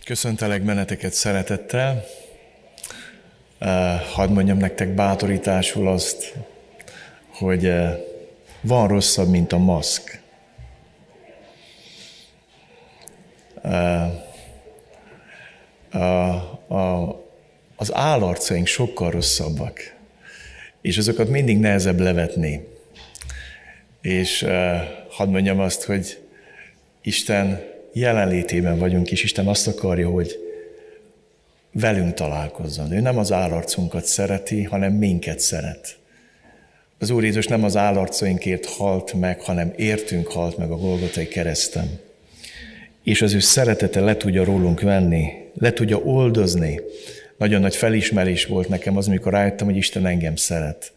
Köszöntelek benneteket szeretettel. Hadd mondjam nektek bátorításul azt, hogy van rosszabb, mint a maszk. Az állarcaink sokkal rosszabbak, és azokat mindig nehezebb levetni. És hadd mondjam azt, hogy Isten jelenlétében vagyunk, és Isten azt akarja, hogy velünk találkozzon. Ő nem az állarcunkat szereti, hanem minket szeret. Az Úr Jézus nem az állarcainkért halt meg, hanem értünk halt meg a Golgotai kereszten. És az ő szeretete le tudja rólunk venni, le tudja oldozni. Nagyon nagy felismerés volt nekem az, amikor rájöttem, hogy Isten engem szeret.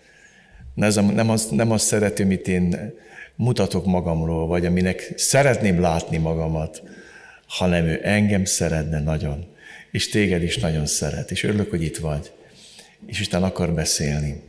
Nem azt szereti, amit én mutatok magamról, vagy aminek szeretném látni magamat, hanem ő engem szeretne nagyon, és téged is nagyon szeret, és örülök, hogy itt vagy, és Isten akar beszélni.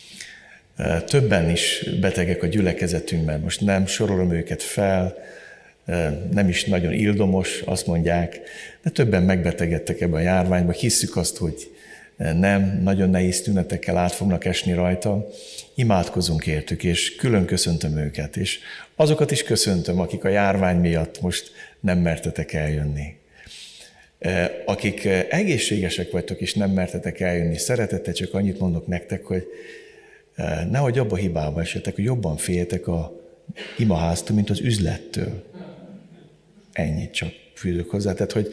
Többen is betegek a gyülekezetünkben, most nem sorolom őket fel, nem is nagyon ildomos, azt mondják, de többen megbetegedtek ebben a járványban, hisszük azt, hogy nem, nagyon nehéz tünetekkel át fognak esni rajta, imádkozunk értük, és külön köszöntöm őket, és azokat is köszöntöm, akik a járvány miatt most nem mertetek eljönni. Akik egészségesek vagytok, és nem mertetek eljönni, szeretettel csak annyit mondok nektek, hogy nehogy abba hibába esetek, hogy jobban féljetek a imaháztól, mint az üzlettől. Ennyit csak fűzök hozzá. Tehát, hogy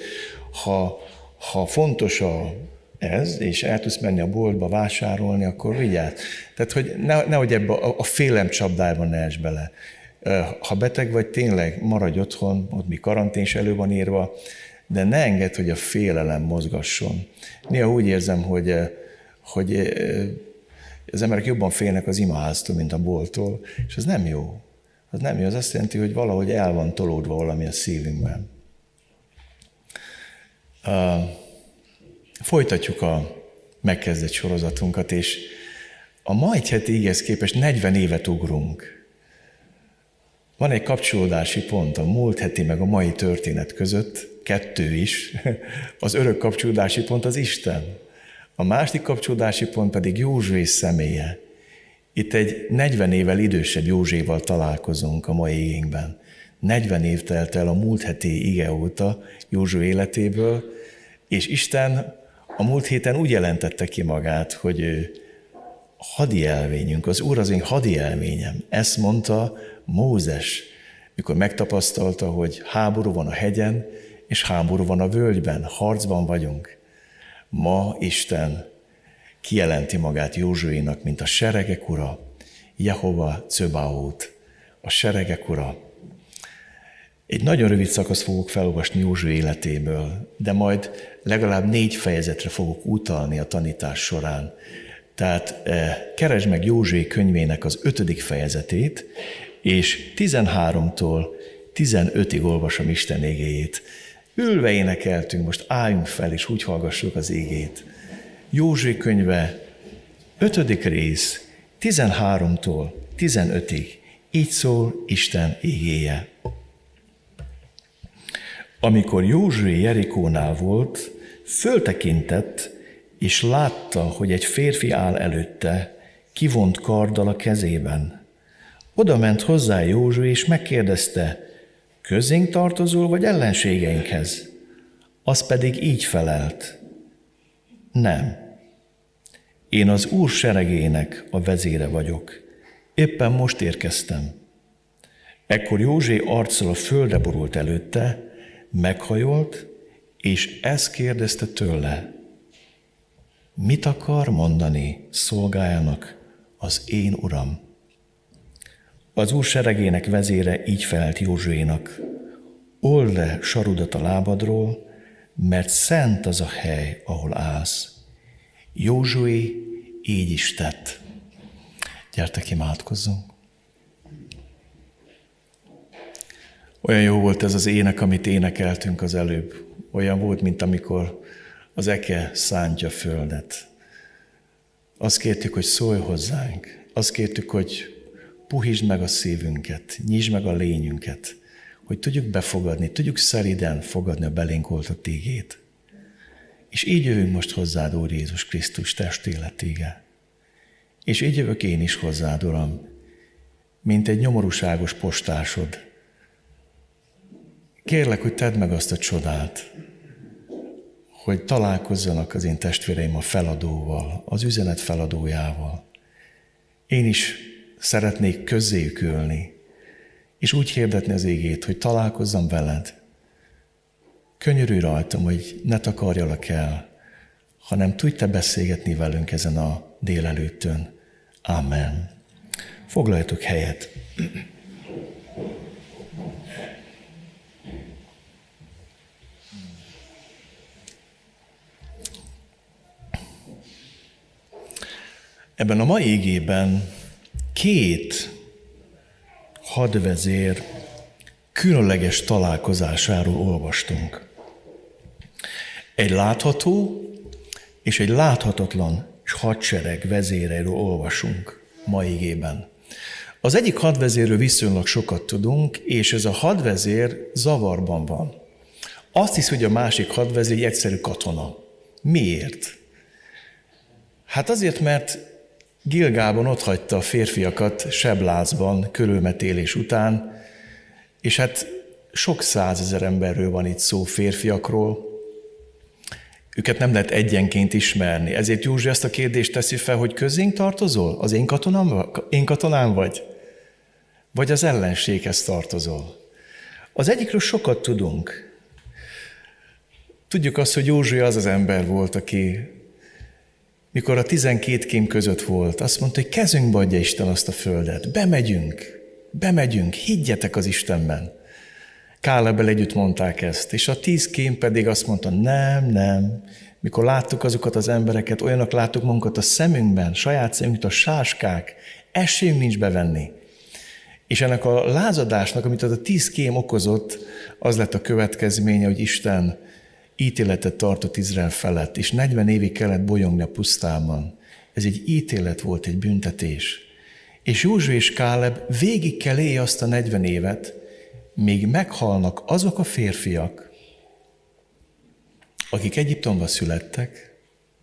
ha fontos ez, és el tudsz menni a boltba vásárolni, akkor vigyázz. Tehát, hogy nehogy ebbe a félelem csapdájban ne esd bele. Ha beteg vagy, tényleg maradj otthon, ott mi karantén is elő van írva, de ne engedd, hogy a félelem mozgasson. Néha úgy érzem, hogy az emberek jobban félnek az imaháztól, mint a bolttól, és ez nem jó. Az nem jó, az azt jelenti, hogy valahogy el van tolódva valami a szívünkben. Folytatjuk a megkezdett sorozatunkat, és a mai heti igéhez képest 40 évet ugrunk. Van egy kapcsolódási pont a múlt heti meg a mai történet között, 2 is. Az örök kapcsolódási pont az Isten. A másik kapcsolódási pont pedig Józsué személye. Itt egy 40 évvel idősebb Józsuéval találkozunk a mai igénkben. 40 év telt el a múlt heti ige óta Józsué életéből, és Isten a múlt héten úgy jelentette ki magát, hogy ő hadi elvényünk, az Úr az én hadi elvényem. Ezt mondta Mózes, mikor megtapasztalta, hogy háború van a hegyen, és háború van a völgyben, harcban vagyunk. Ma Isten kijelenti magát Józsuénak, mint a seregek ura, Jehova Cöbaót, a seregek ura. Egy nagyon rövid szakasz fogok felolvasni Józsué életéből, de majd legalább 4 fejezetre fogok utalni a tanítás során. Tehát keresd meg Józsué könyvének az 5. fejezetét, és 13-tól 15-ig olvasom Isten igéjét. Ülve énekeltünk, most álljunk fel, és úgy hallgassuk az igét. Józsué könyve 5. rész, 13-tól 15-ig. Így szól Isten igéje. Amikor Józsué Jerikónál volt, föltekintett, és látta, hogy egy férfi áll előtte, kivont karddal a kezében. Oda ment hozzá Józsué, és megkérdezte, közénk tartozol, vagy ellenségeinkhez? Az pedig így felelt, nem. Én az Úr seregének a vezére vagyok. Éppen most érkeztem. Ekkor Józsué arccal a földre borult előtte, meghajolt, és ezt kérdezte tőle. Mit akar mondani szolgájának az én uram? Az Úr seregének vezére így felelt Józsuénak. Old le sarudat a lábadról, mert szent az a hely, ahol állsz. Józsué így is tett. Gyertek, imádkozzunk. Olyan jó volt ez az ének, amit énekeltünk az előbb. Olyan volt, mint amikor az eke szántja földet. Azt kértük, hogy szólj hozzánk. Azt kértük, hogy puhítsd meg a szívünket, nyisd meg a lényünket, hogy tudjuk befogadni, tudjuk szeriden fogadni a belénk oltott ígét. És így jövünk most hozzád, Úr Jézus Krisztus, testéletége. És így jövök én is hozzád, Uram, mint egy nyomorúságos postásod. Kérlek, hogy tedd meg azt a csodát, hogy találkozzanak az én testvéreim a feladóval, az üzenet feladójával. Én is szeretnék közzéjük ülni, és úgy hirdetni az igét, hogy találkozzam veled. Könyörülj rajtam, hogy ne takarjalak el, hanem tudj te beszélgetni velünk ezen a délelőttön. Amen. Foglaljatok helyet. Ebben a mai igében 2 hadvezér különleges találkozásáról olvastunk. Egy látható és egy láthatatlan hadsereg vezéreiről olvasunk mai igében. Az egyik hadvezérről viszonylag sokat tudunk, és ez a hadvezér zavarban van. Azt hisz, hogy a másik hadvezér egy egyszerű katona. Miért? Hát azért, mert Gilgálban otthagyta a férfiakat seblázban körülmetélés után, és hát sok 100 000 emberről van itt szó, férfiakról. Őket nem lehet egyenként ismerni. Ezért Józsi azt a kérdést teszi fel, hogy közénk tartozol? Az én katonám vagy? Vagy az ellenséghez tartozol? Az egyikről sokat tudunk. Tudjuk azt, hogy Józsi az az ember volt, aki mikor a 12 kém között volt, azt mondta, hogy kezünkbe adja Isten azt a földet. Bemegyünk, higgyetek az Istenben. Kálebbel együtt mondták ezt, és a 10 kém pedig azt mondta, nem. Mikor láttuk azokat az embereket, olyanok láttuk magunkat a szemünkben, saját szemünket, a sáskák, esélyünk nincs bevenni. És ennek a lázadásnak, amit az a 10 kém okozott, az lett a következménye, hogy Isten ítéletet tartott Izrael felett, és 40 évig kellett bolyongni a pusztában. Ez egy ítélet volt, egy büntetés. És Józsué és Káleb végig kell élje azt a 40 évet, míg meghalnak azok a férfiak, akik Egyiptomban születtek,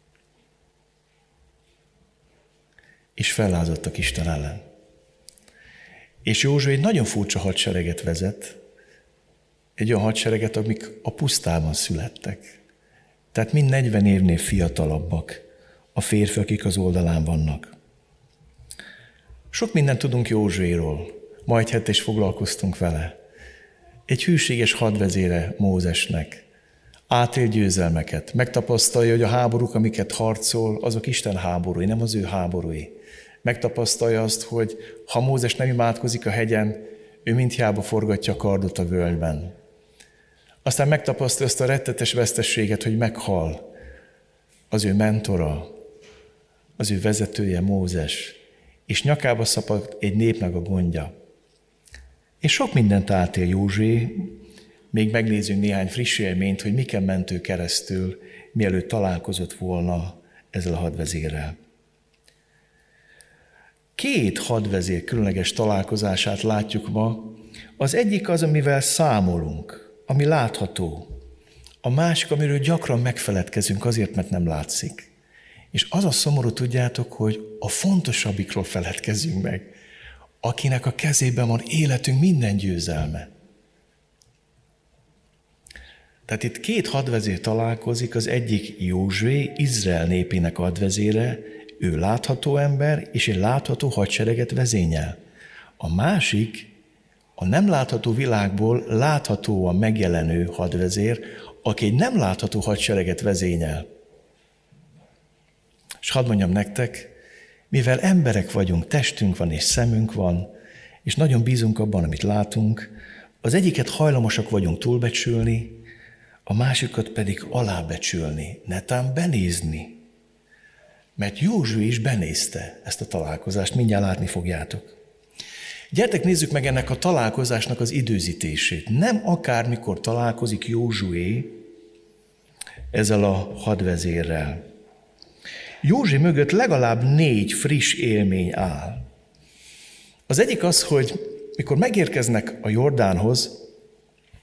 és fellázadtak Isten ellen. És Józsué egy nagyon furcsa hadsereget vezet, egy olyan hadsereget, amik a pusztában születtek. Tehát mind 40 évnél fiatalabbak a férfiak, akik az oldalán vannak. Sok mindent tudunk Józsuéról, ma egy hete is foglalkoztunk vele. Egy hűséges hadvezére Mózesnek, átél győzelmeket, megtapasztalja, hogy a háborúk, amiket harcol, azok Isten háborúi, nem az ő háborúi. Megtapasztalja azt, hogy ha Mózes nem imádkozik a hegyen, ő mindhiába forgatja a kardot a völgyben. Aztán megtapasztalja azt a rettetes vesztességet, hogy meghal az ő mentora, az ő vezetője, Mózes, és nyakába szapad egy népnek a gondja. És sok mindent átél Józsué, még megnézzünk néhány friss élményt, hogy miken ment ő keresztül, mielőtt találkozott volna ezzel a hadvezérrel. 2 hadvezér különleges találkozását látjuk ma. Az egyik az, amivel számolunk, ami látható. A másik, amiről gyakran megfeledkezünk azért, mert nem látszik. És az a szomorú, tudjátok, hogy a fontosabbikról feledkezünk meg, akinek a kezében van életünk minden győzelme. Tehát itt 2 hadvezér találkozik, az egyik Józsué, Izrael népének hadvezére, ő látható ember, és egy látható hadsereget vezényel. A másik, a nem látható világból láthatóan megjelenő hadvezér, aki egy nem látható hadsereget vezényel. És hadd mondjam nektek, mivel emberek vagyunk, testünk van és szemünk van, és nagyon bízunk abban, amit látunk, az egyiket hajlamosak vagyunk túlbecsülni, a másikat pedig alábecsülni, netán benézni. Mert Józsué is benézte ezt a találkozást, mindjárt látni fogjátok. Gyertek, nézzük meg ennek a találkozásnak az időzítését. Nem akármikor találkozik Józsué ezzel a hadvezérrel. Józsué mögött legalább 4 friss élmény áll. Az egyik az, hogy mikor megérkeznek a Jordánhoz,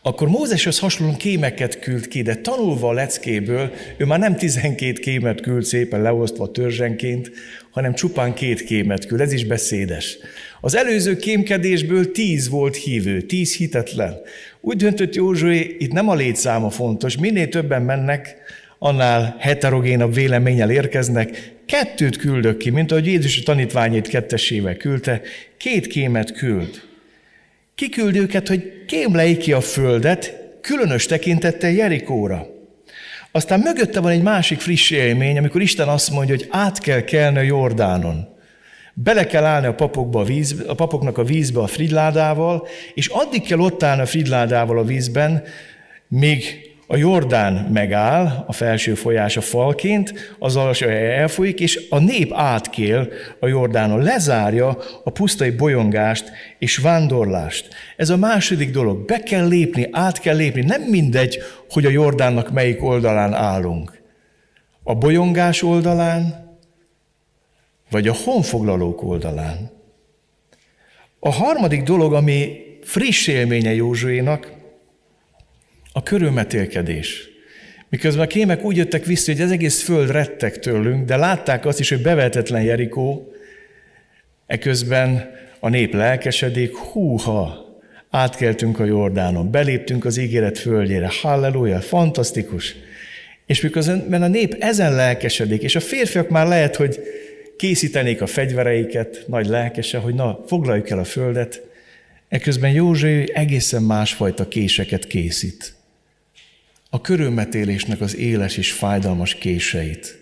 akkor Mózeshez hasonlóan kémeket küld ki, de tanulva a leckéből, ő már nem 12 kémet küld szépen leosztva törzsenként, hanem csupán 2 kémet küld, ez is beszédes. Az előző kémkedésből 10 volt hívő, 10 hitetlen. Úgy döntött Józsué, itt nem a létszáma fontos, minél többen mennek, annál heterogénabb véleménnyel érkeznek, 2 küldök ki, mint ahogy Jézus a tanítványait 2-esével küldte, 2 kémet küld. Kiküld őket, hogy kémlejék ki a földet, különös tekintettel Jerikóra. Aztán mögötte van egy másik friss élmény, amikor Isten azt mondja, hogy át kell kelni a Jordánon. Bele kell állni a papoknak a vízbe a frigyládával, és addig kell ott állni a frigyládával a vízben, míg a Jordán megáll, a felső folyása falként, az alsó elfolyik, és a nép átkél a Jordánon, lezárja a pusztai bolyongást és vándorlást. Ez a második dolog, be kell lépni, át kell lépni, nem mindegy, hogy a Jordánnak melyik oldalán állunk. A bolyongás oldalán, vagy a honfoglalók oldalán. A harmadik dolog, ami friss élménye Józsuénak, a körülmetélkedés. Miközben a kémek úgy jöttek vissza, hogy az egész föld rettek tőlünk, de látták azt is, hogy bevehetetlen Jerikó, eközben a nép lelkesedik, húha, átkeltünk a Jordánon, beléptünk az ígéret földjére, halleluja, fantasztikus. És miközben a nép ezen lelkesedik, és a férfiak már lehet, hogy készítenék a fegyvereiket, nagy lelkese, hogy na, foglaljuk el a földet, eközben Józsué egészen másfajta késeket készít. A körülmetélésnek az éles és fájdalmas késeit.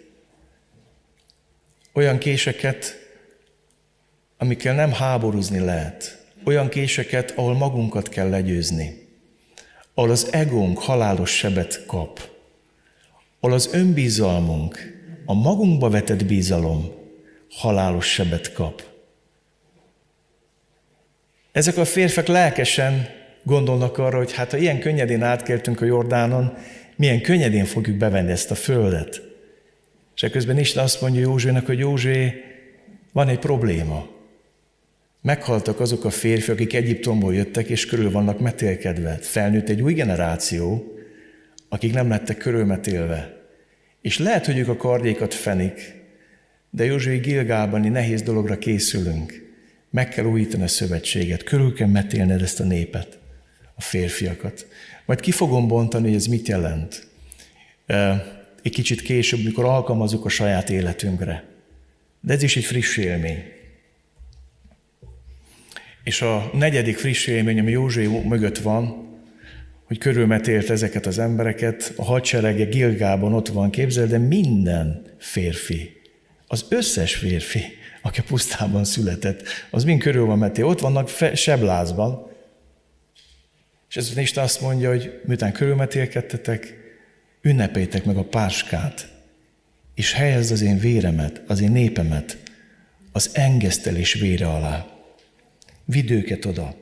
Olyan késeket, amikkel nem háborúzni lehet. Olyan késeket, ahol magunkat kell legyőzni. Ahol az egónk halálos sebet kap. Ahol az önbizalmunk, a magunkba vetett bizalom halálos sebet kap. Ezek a férfiak lelkesen gondolnak arra, hogy hát ha ilyen könnyedén átkeltünk a Jordánon, milyen könnyedén fogjuk bevenni ezt a földet. És ekközben Isten azt mondja Józsuénak, hogy Józsué, van egy probléma. Meghaltak azok a férfiak, akik Egyiptomból jöttek, és körül vannak metélkedve. Felnőtt egy új generáció, akik nem lettek körülmetélve. És lehet, hogy ők a kardjaikat fenik, de Józsué Gilgálbani nehéz dologra készülünk. Meg kell újítani a szövetséget, körül kell metélned ezt a népet, a férfiakat. Majd ki fogom bontani, hogy ez mit jelent. Egy kicsit később, mikor alkalmazzuk a saját életünkre. De ez is egy friss élmény. És a negyedik friss élmény, ami Józsué mögött van, hogy körülmetélt ezeket az embereket, a hadserege Gilgálban ott van, képzeld, de minden férfi, az összes férfi, aki a pusztában született, az mind körül van metélve, ott vannak seblázban. És ez Isten azt mondja, hogy miután körülmetélkedtetek, ünnepeljétek meg a páskát, és helyezd az én véremet, az én népemet az engesztelés vére alá. Vidd őket oda.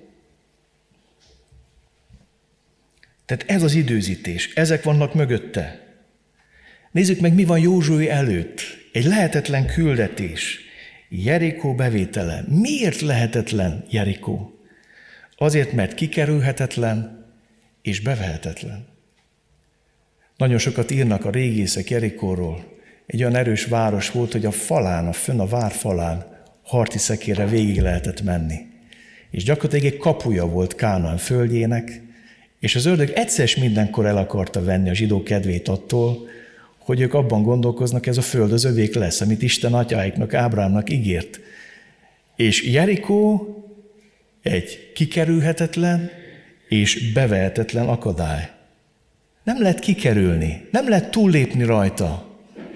Tehát ez az időzítés, ezek vannak mögötte. Nézzük meg, mi van Józsué előtt. Egy lehetetlen küldetés. Jerikó bevétele. Miért lehetetlen Jerikó? Azért, mert kikerülhetetlen és bevehetetlen. Nagyon sokat írnak a régészek Jerikóról. Egy olyan erős város volt, hogy a falán, fönn a vár falán harci szekérre végig lehetett menni. És gyakorlatilag egy kapuja volt Kánaán földjének, és az ördög egyszer s mindenkor el akarta venni a zsidó kedvét attól, hogy ők abban gondolkoznak, ez a föld az övék lesz, amit Isten atyáiknak, Ábrámnak ígért. És Jerikó egy kikerülhetetlen és bevehetetlen akadály. Nem lehet kikerülni, nem lehet túllépni rajta.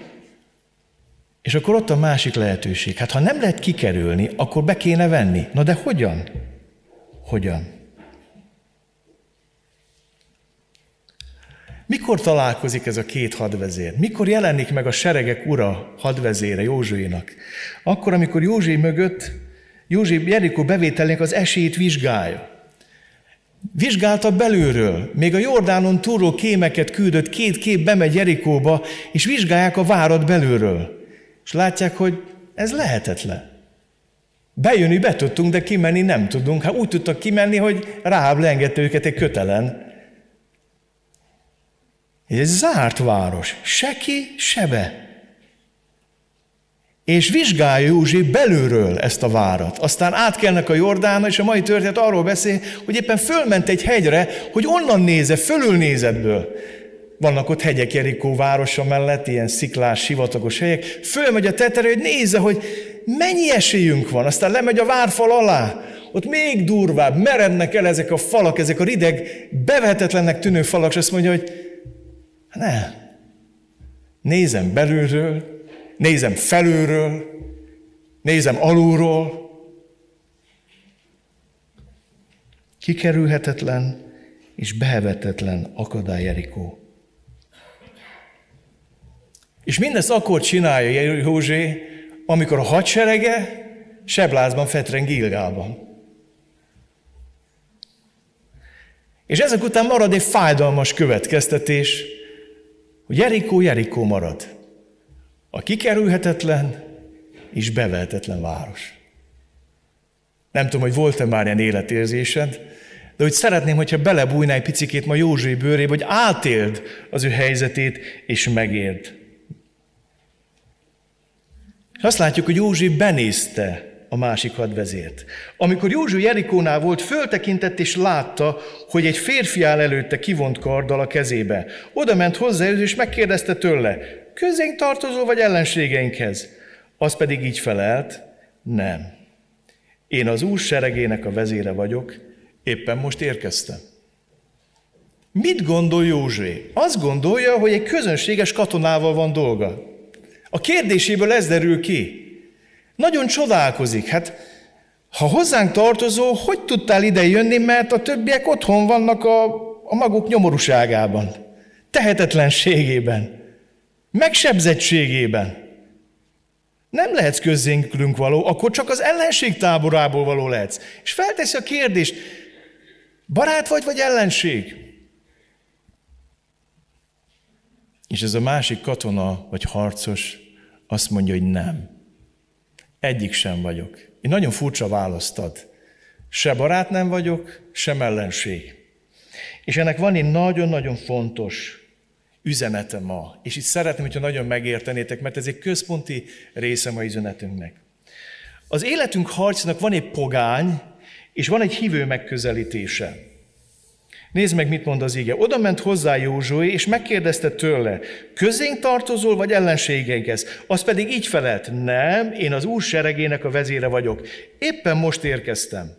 És akkor ott a másik lehetőség. Hát ha nem lehet kikerülni, akkor be kéne venni. Na de hogyan? Hogyan? Mikor találkozik ez a két hadvezér? Mikor jelenik meg a seregek ura hadvezére Józsuénak? Akkor, amikor Józsué mögött, Józsué Jerikó bevételének az esélyt vizsgálja. Vizsgálta belülről, még a Jordánon túlról kémeket küldött, 2 kép bemegy Jerikóba, és vizsgálják a várat belülről. És látják, hogy ez lehetetlen. Bejönni be tudtunk, de kimenni nem tudunk. Hát úgy tudtak kimenni, hogy Ráháb leengedte őket egy kötelen. Ez egy zárt város, se ki, se be. És vizsgálja József belülről ezt a várat. Aztán átkelnek a Jordánon, és a mai történet arról beszél, hogy éppen fölment egy hegyre, hogy onnan nézze, fölülnézetből. Vannak ott hegyek Jerikó városa mellett, ilyen sziklás, sivatagos helyek. Fölmegy a tetejére, hogy nézze, hogy mennyi esélyünk van. Aztán lemegy a várfal alá. Ott még durvább, merednek el ezek a falak, ezek a rideg, bevehetetlennek tűnő falak, és azt mondja, hogy ne, nézem belülről, nézem felülről, nézem alulról. Kikerülhetetlen és behevetetlen akadály Jerikó. És mindezt akkor csinálja József, amikor a hadserege seblázban fetreng Gilgálban. És ezek után marad egy fájdalmas következtetés, hogy Jerikó marad. A kikerülhetetlen és bevehetetlen város. Nem tudom, hogy volt-e már ilyen életérzésed, de hogy szeretném, hogyha belebújnál egy picikét ma József bőrébe, hogy átéld az ő helyzetét, és megérd. És azt látjuk, hogy József benézte a másik hadvezért. Amikor József Jerikónál volt, föltekintett és látta, hogy egy férfi áll előtte kivont karddal a kezébe. Oda ment hozzá, és megkérdezte tőle, közénk tartozol vagy ellenségeinkhez? Az pedig így felelt, nem. Én az Úr seregének a vezére vagyok, éppen most érkeztem. Mit gondol József? Azt gondolja, hogy egy közönséges katonával van dolga. A kérdéséből ez derül ki. Nagyon csodálkozik. Hát, ha hozzánk tartozó, hogy tudtál ide jönni, mert a többiek otthon vannak a maguk nyomorúságában, tehetetlenségében, megsebzettségében. Nem lehetsz közénk való, akkor csak az ellenség táborából való lehetsz. És felteszi a kérdést, barát vagy ellenség? És ez a másik katona vagy harcos azt mondja, hogy nem. Egyik sem vagyok. Én nagyon furcsa választ ad. Se barát nem vagyok, sem ellenség. És ennek van egy nagyon-nagyon fontos üzenete ma. És itt szeretném, hogyha nagyon megértenétek, mert ez egy központi része a üzenetünknek. Az életünk harcnak van egy pogány, és van egy hívő megközelítése. Nézd meg, mit mond az ige. Oda ment hozzá Józsué, és megkérdezte tőle, közénk tartozol, vagy ellenségeinkhez? Az pedig így felelt, nem, én az Úr seregének a vezére vagyok. Éppen most érkeztem.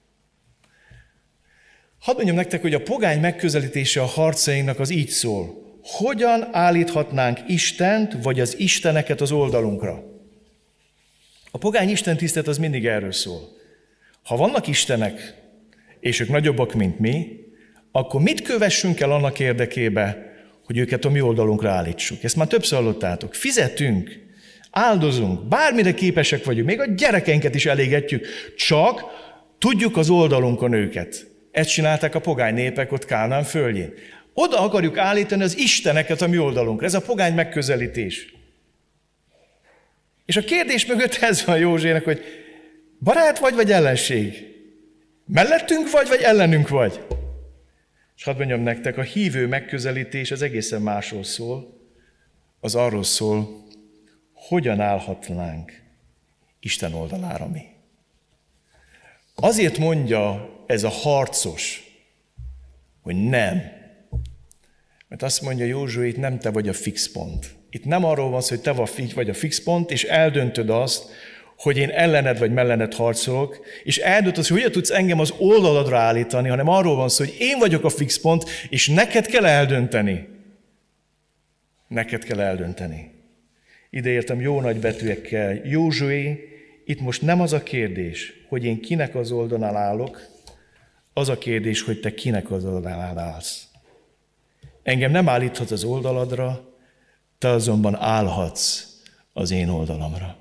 Hadd mondjam nektek, hogy a pogány megközelítése a harcainknak az így szól. Hogyan állíthatnánk Istent, vagy az isteneket az oldalunkra? A pogány istentisztelet az mindig erről szól. Ha vannak istenek, és ők nagyobbak, mint mi, akkor mit kövessünk el annak érdekébe, hogy őket a mi oldalunkra állítsuk? Ezt már többször hallottátok. Fizetünk, áldozunk, bármire képesek vagyunk, még a gyerekeinket is elégetjük, csak tudjuk az oldalunkon őket. Ezt csinálták a pogány népek ott Kánaán földjén. Oda akarjuk állítani az isteneket a mi oldalunkra. Ez a pogány megközelítés. És a kérdés mögött ez van Józsének, hogy barát vagy ellenség? Mellettünk vagy ellenünk vagy? És hadd mondjam nektek, a hívő megközelítés az egészen másról szól. Az arról szól, hogyan állhatnánk Isten oldalára mi. Azért mondja ez a harcos, hogy nem. Mert azt mondja Józsué, itt nem te vagy a fix pont. Itt nem arról van szó, hogy te vagy a fix pont, és eldöntöd azt, hogy én ellened vagy mellened harcolok, és eldöntöd azt, hogy hogyan tudsz engem az oldaladra állítani, hanem arról van szó, hogy én vagyok a fix pont, és neked kell eldönteni. Neked kell eldönteni. Ide értem jó nagy betűekkel. Józsué, itt most nem az a kérdés, hogy én kinek az oldalán állok, az a kérdés, hogy te kinek az oldalán állsz. Engem nem állíthatsz az oldaladra, te azonban állhatsz az én oldalamra.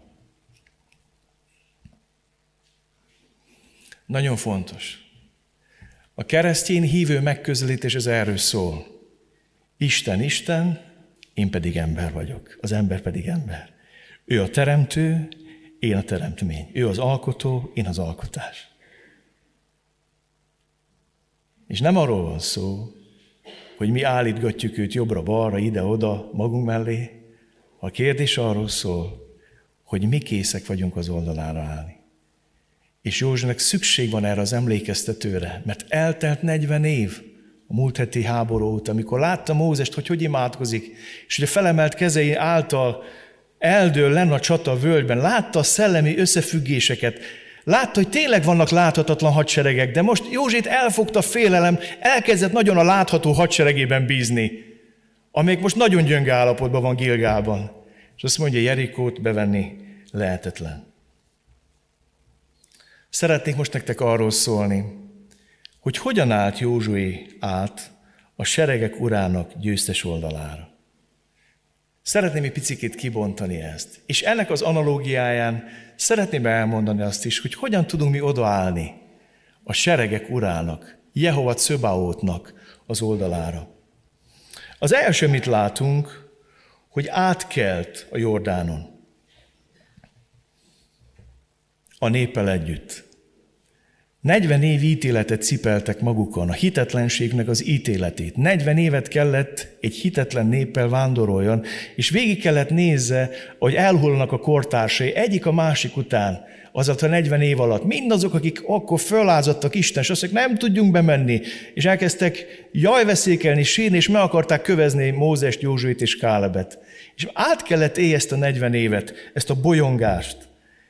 Nagyon fontos. A keresztény hívő megközelítés ez erről szól. Isten, én pedig ember vagyok. Az ember pedig ember. Ő a teremtő, én a teremtmény. Ő az alkotó, én az alkotás. És nem arról van szó, hogy mi állítgatjuk őt jobbra-balra, ide-oda, magunk mellé. A kérdés arról szól, hogy mi készek vagyunk az oldalára állni. És Józsuenek szükség van erre az emlékeztetőre, mert eltelt 40 év a múlt heti háború óta, amikor látta Mózest, hogy imádkozik, és hogy a felemelt kezei által eldől lenn a csata a völgyben, látta a szellemi összefüggéseket, látta, hogy tényleg vannak láthatatlan hadseregek, de most Józsét elfogta félelem, elkezdett nagyon a látható hadseregében bízni, amelyik most nagyon gyönge állapotban van Gilgálban. És azt mondja, Jerikót bevenni lehetetlen. Szeretnék most nektek arról szólni, hogy hogyan állt Józsué át a seregek urának győztes oldalára. Szeretném egy picit kibontani ezt. És ennek az analógiáján szeretném elmondani azt is, hogy hogyan tudunk mi odaállni a seregek urának, Jehova Czöbaótnak az oldalára. Az első, mit látunk, hogy átkelt a Jordánon a néppel együtt. 40 év ítéletet cipeltek magukon, a hitetlenségnek az ítéletét. 40 évet kellett egy hitetlen néppel vándoroljon, és végig kellett nézze, hogy elhullanak a kortársai, egyik a másik után, azaz a 40 év alatt. Mindazok, akik akkor fölázadtak Isten, és azt mondják, nem tudjunk bemenni, és elkezdtek jajveszékelni, sírni, és meg akarták kövezni Mózest, Józsuét és Kálebet. És át kellett élni ezt a 40 évet, ezt a bolyongást.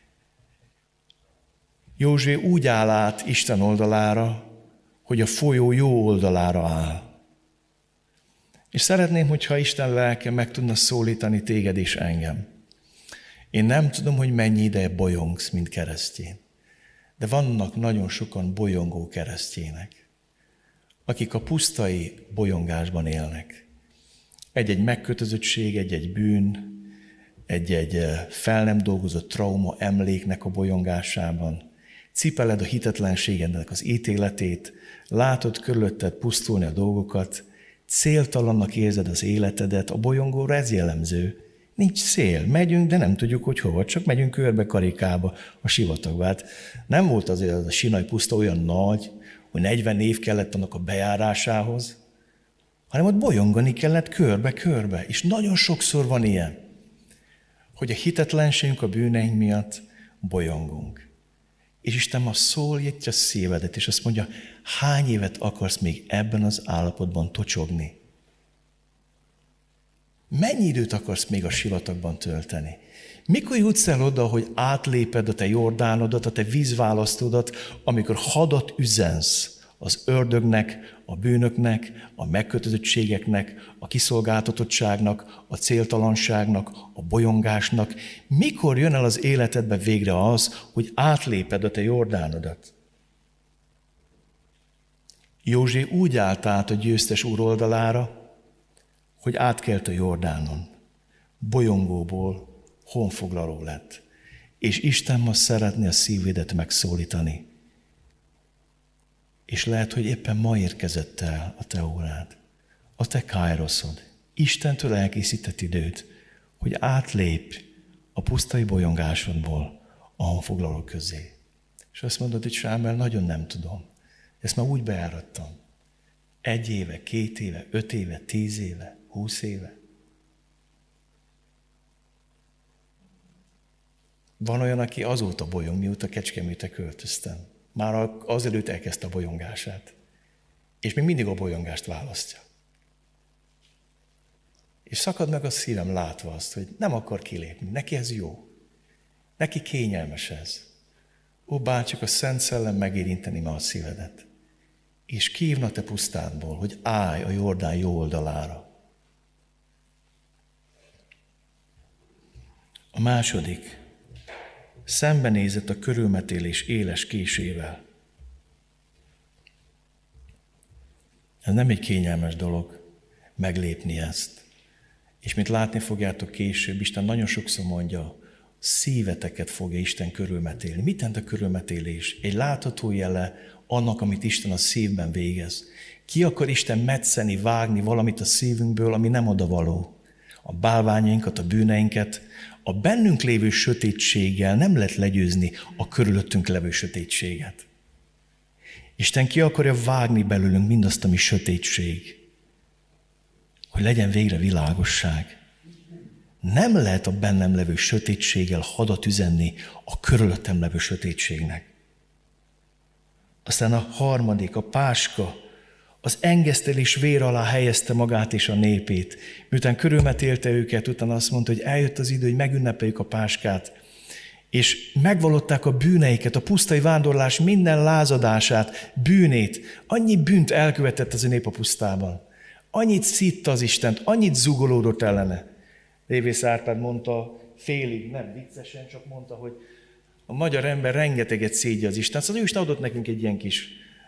Józsué úgy áll át Isten oldalára, hogy a folyó jó oldalára áll. És szeretném, hogyha Isten lelke meg tudna szólítani téged és engem. Én nem tudom, hogy mennyi ideje bolyongsz, mint keresztény, de vannak nagyon sokan bolyongó keresztjének, akik a pusztai bolyongásban élnek. Egy-egy megkötözöttség, egy-egy bűn, egy-egy fel nem dolgozott trauma emléknek a bolyongásában. Cipeled a hitetlenségednek az ítéletét, látod körülötted pusztulni a dolgokat, céltalannak érzed az életedet, a bolyongóra ez jellemző. Nincs cél, megyünk, de nem tudjuk, hogy hova, csak megyünk körbe karikába, a sivatagba. Hát nem volt azért az a Sinai puszta olyan nagy, hogy 40 év kellett annak a bejárásához, hanem ott bolyongani kellett körbe-körbe. És nagyon sokszor van ilyen, hogy a hitetlenségünk, a bűneink miatt bolyongunk. És Isten ma szólítja a szívedet, és azt mondja, hány évet akarsz még ebben az állapotban tocsogni? Mennyi időt akarsz még a sivatagban tölteni? Mikor jutsz el oda, hogy átléped a te Jordánodat, a te vízválasztódat, amikor hadat üzensz az ördögnek, a bűnöknek, a megkötözöttségeknek, a kiszolgáltatottságnak, a céltalanságnak, a bolyongásnak. Mikor jön el az életedbe végre az, hogy átléped a te Jordánodat? Józsué úgy állt át a győztes úr oldalára, hogy átkelt a Jordánon. Bolyongóból honfoglaló lett. És Isten ma szeretné a szívédet megszólítani. És lehet, hogy éppen ma érkezett el a te órád, a te kájroszod. Istentől elkészített időt, hogy átlépj a pusztai bolyongásodból a honfoglalók közé. És azt mondod, hogy Sámuel, nagyon nem tudom. Ezt már úgy bejárattam. 1 éve, 2 éve, 5 éve, 10 éve, 20 éve. Van olyan, aki azóta bolyong, mióta Kecskemétre költöztem. Már azelőtt elkezdte a bolyongását. És még mindig a bolyongást választja. És szakad meg a szívem látva azt, hogy nem akar kilépni. Neki ez jó. Neki kényelmes ez. Ó, bárcsak a Szent Szellem megérinteni ma a szívedet. És kihívna te pusztádból, hogy állj a Jordán jó oldalára. A második. Szembenézett a körülmetélés éles késével. Ez nem egy kényelmes dolog meglépni ezt. És mint látni fogjátok később, Isten nagyon sokszor mondja, szíveteket fogja Isten körülmetélni. Mit jelent a körülmetélés? Egy látható jele annak, amit Isten a szívben végez. Ki akar Isten metszeni, vágni valamit a szívünkből, ami nem odavaló? A bálványainkat, a bűneinket, a bennünk lévő sötétséggel nem lehet legyőzni a körülöttünk levő sötétséget. Isten ki akarja vágni belőlünk mindazt, ami sötétség. hogy legyen végre világosság. Nem lehet a bennem levő sötétséggel hadat üzenni a körülöttem levő sötétségnek. Aztán a harmadik, a páska, az engesztelés vér alá helyezte magát és a népét. Miután körülmetélte őket, utána azt mondta, hogy eljött az idő, hogy megünnepeljük a páskát, és megvallották a bűneiket, a pusztai vándorlás minden lázadását, bűnét. Annyi bűnt elkövetett az a nép a pusztában. Annyit szitta az Istent, annyit zugolódott ellene. Révész Árpád mondta, félig, nem viccesen, csak mondta, hogy a magyar ember rengeteget szédje az Isten. Szóval ő is adott nekünk egy ilyen kis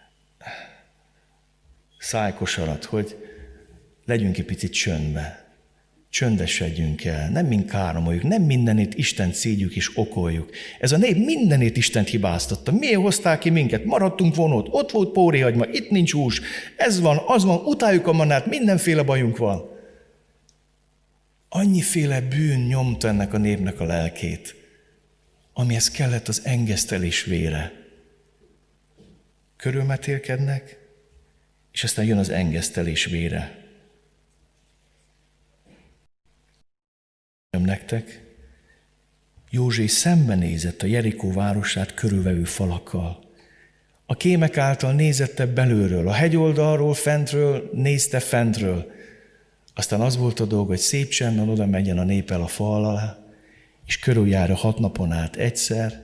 szájkosarat, hogy legyünk egy picit csöndbe. Csöndesedjünk el, nem mind káromoljuk, nem mindenét Istent szédjük és okoljuk. Ez a nép mindenét Istent hibáztatta. Miért hozták ki minket? Maradtunk vonót, ott volt póréhagyma, itt nincs hús, ez van, az van, utáljuk a manát, mindenféle bajunk van. Annyiféle bűn nyomta ennek a népnek a lelkét, amihez kellett az engesztelés vére. Körülmetélkednek, és aztán jön az engesztelés vére. Nektek, József szembenézett a Jerikó városát körülvevő falakkal. A kémek által nézette belülről, a hegyoldalról, fentről nézte fentről. Aztán az volt a dolga, hogy szép csendben oda menjen a nép el a fal alá, és körüljárja 6 napon át egyszer,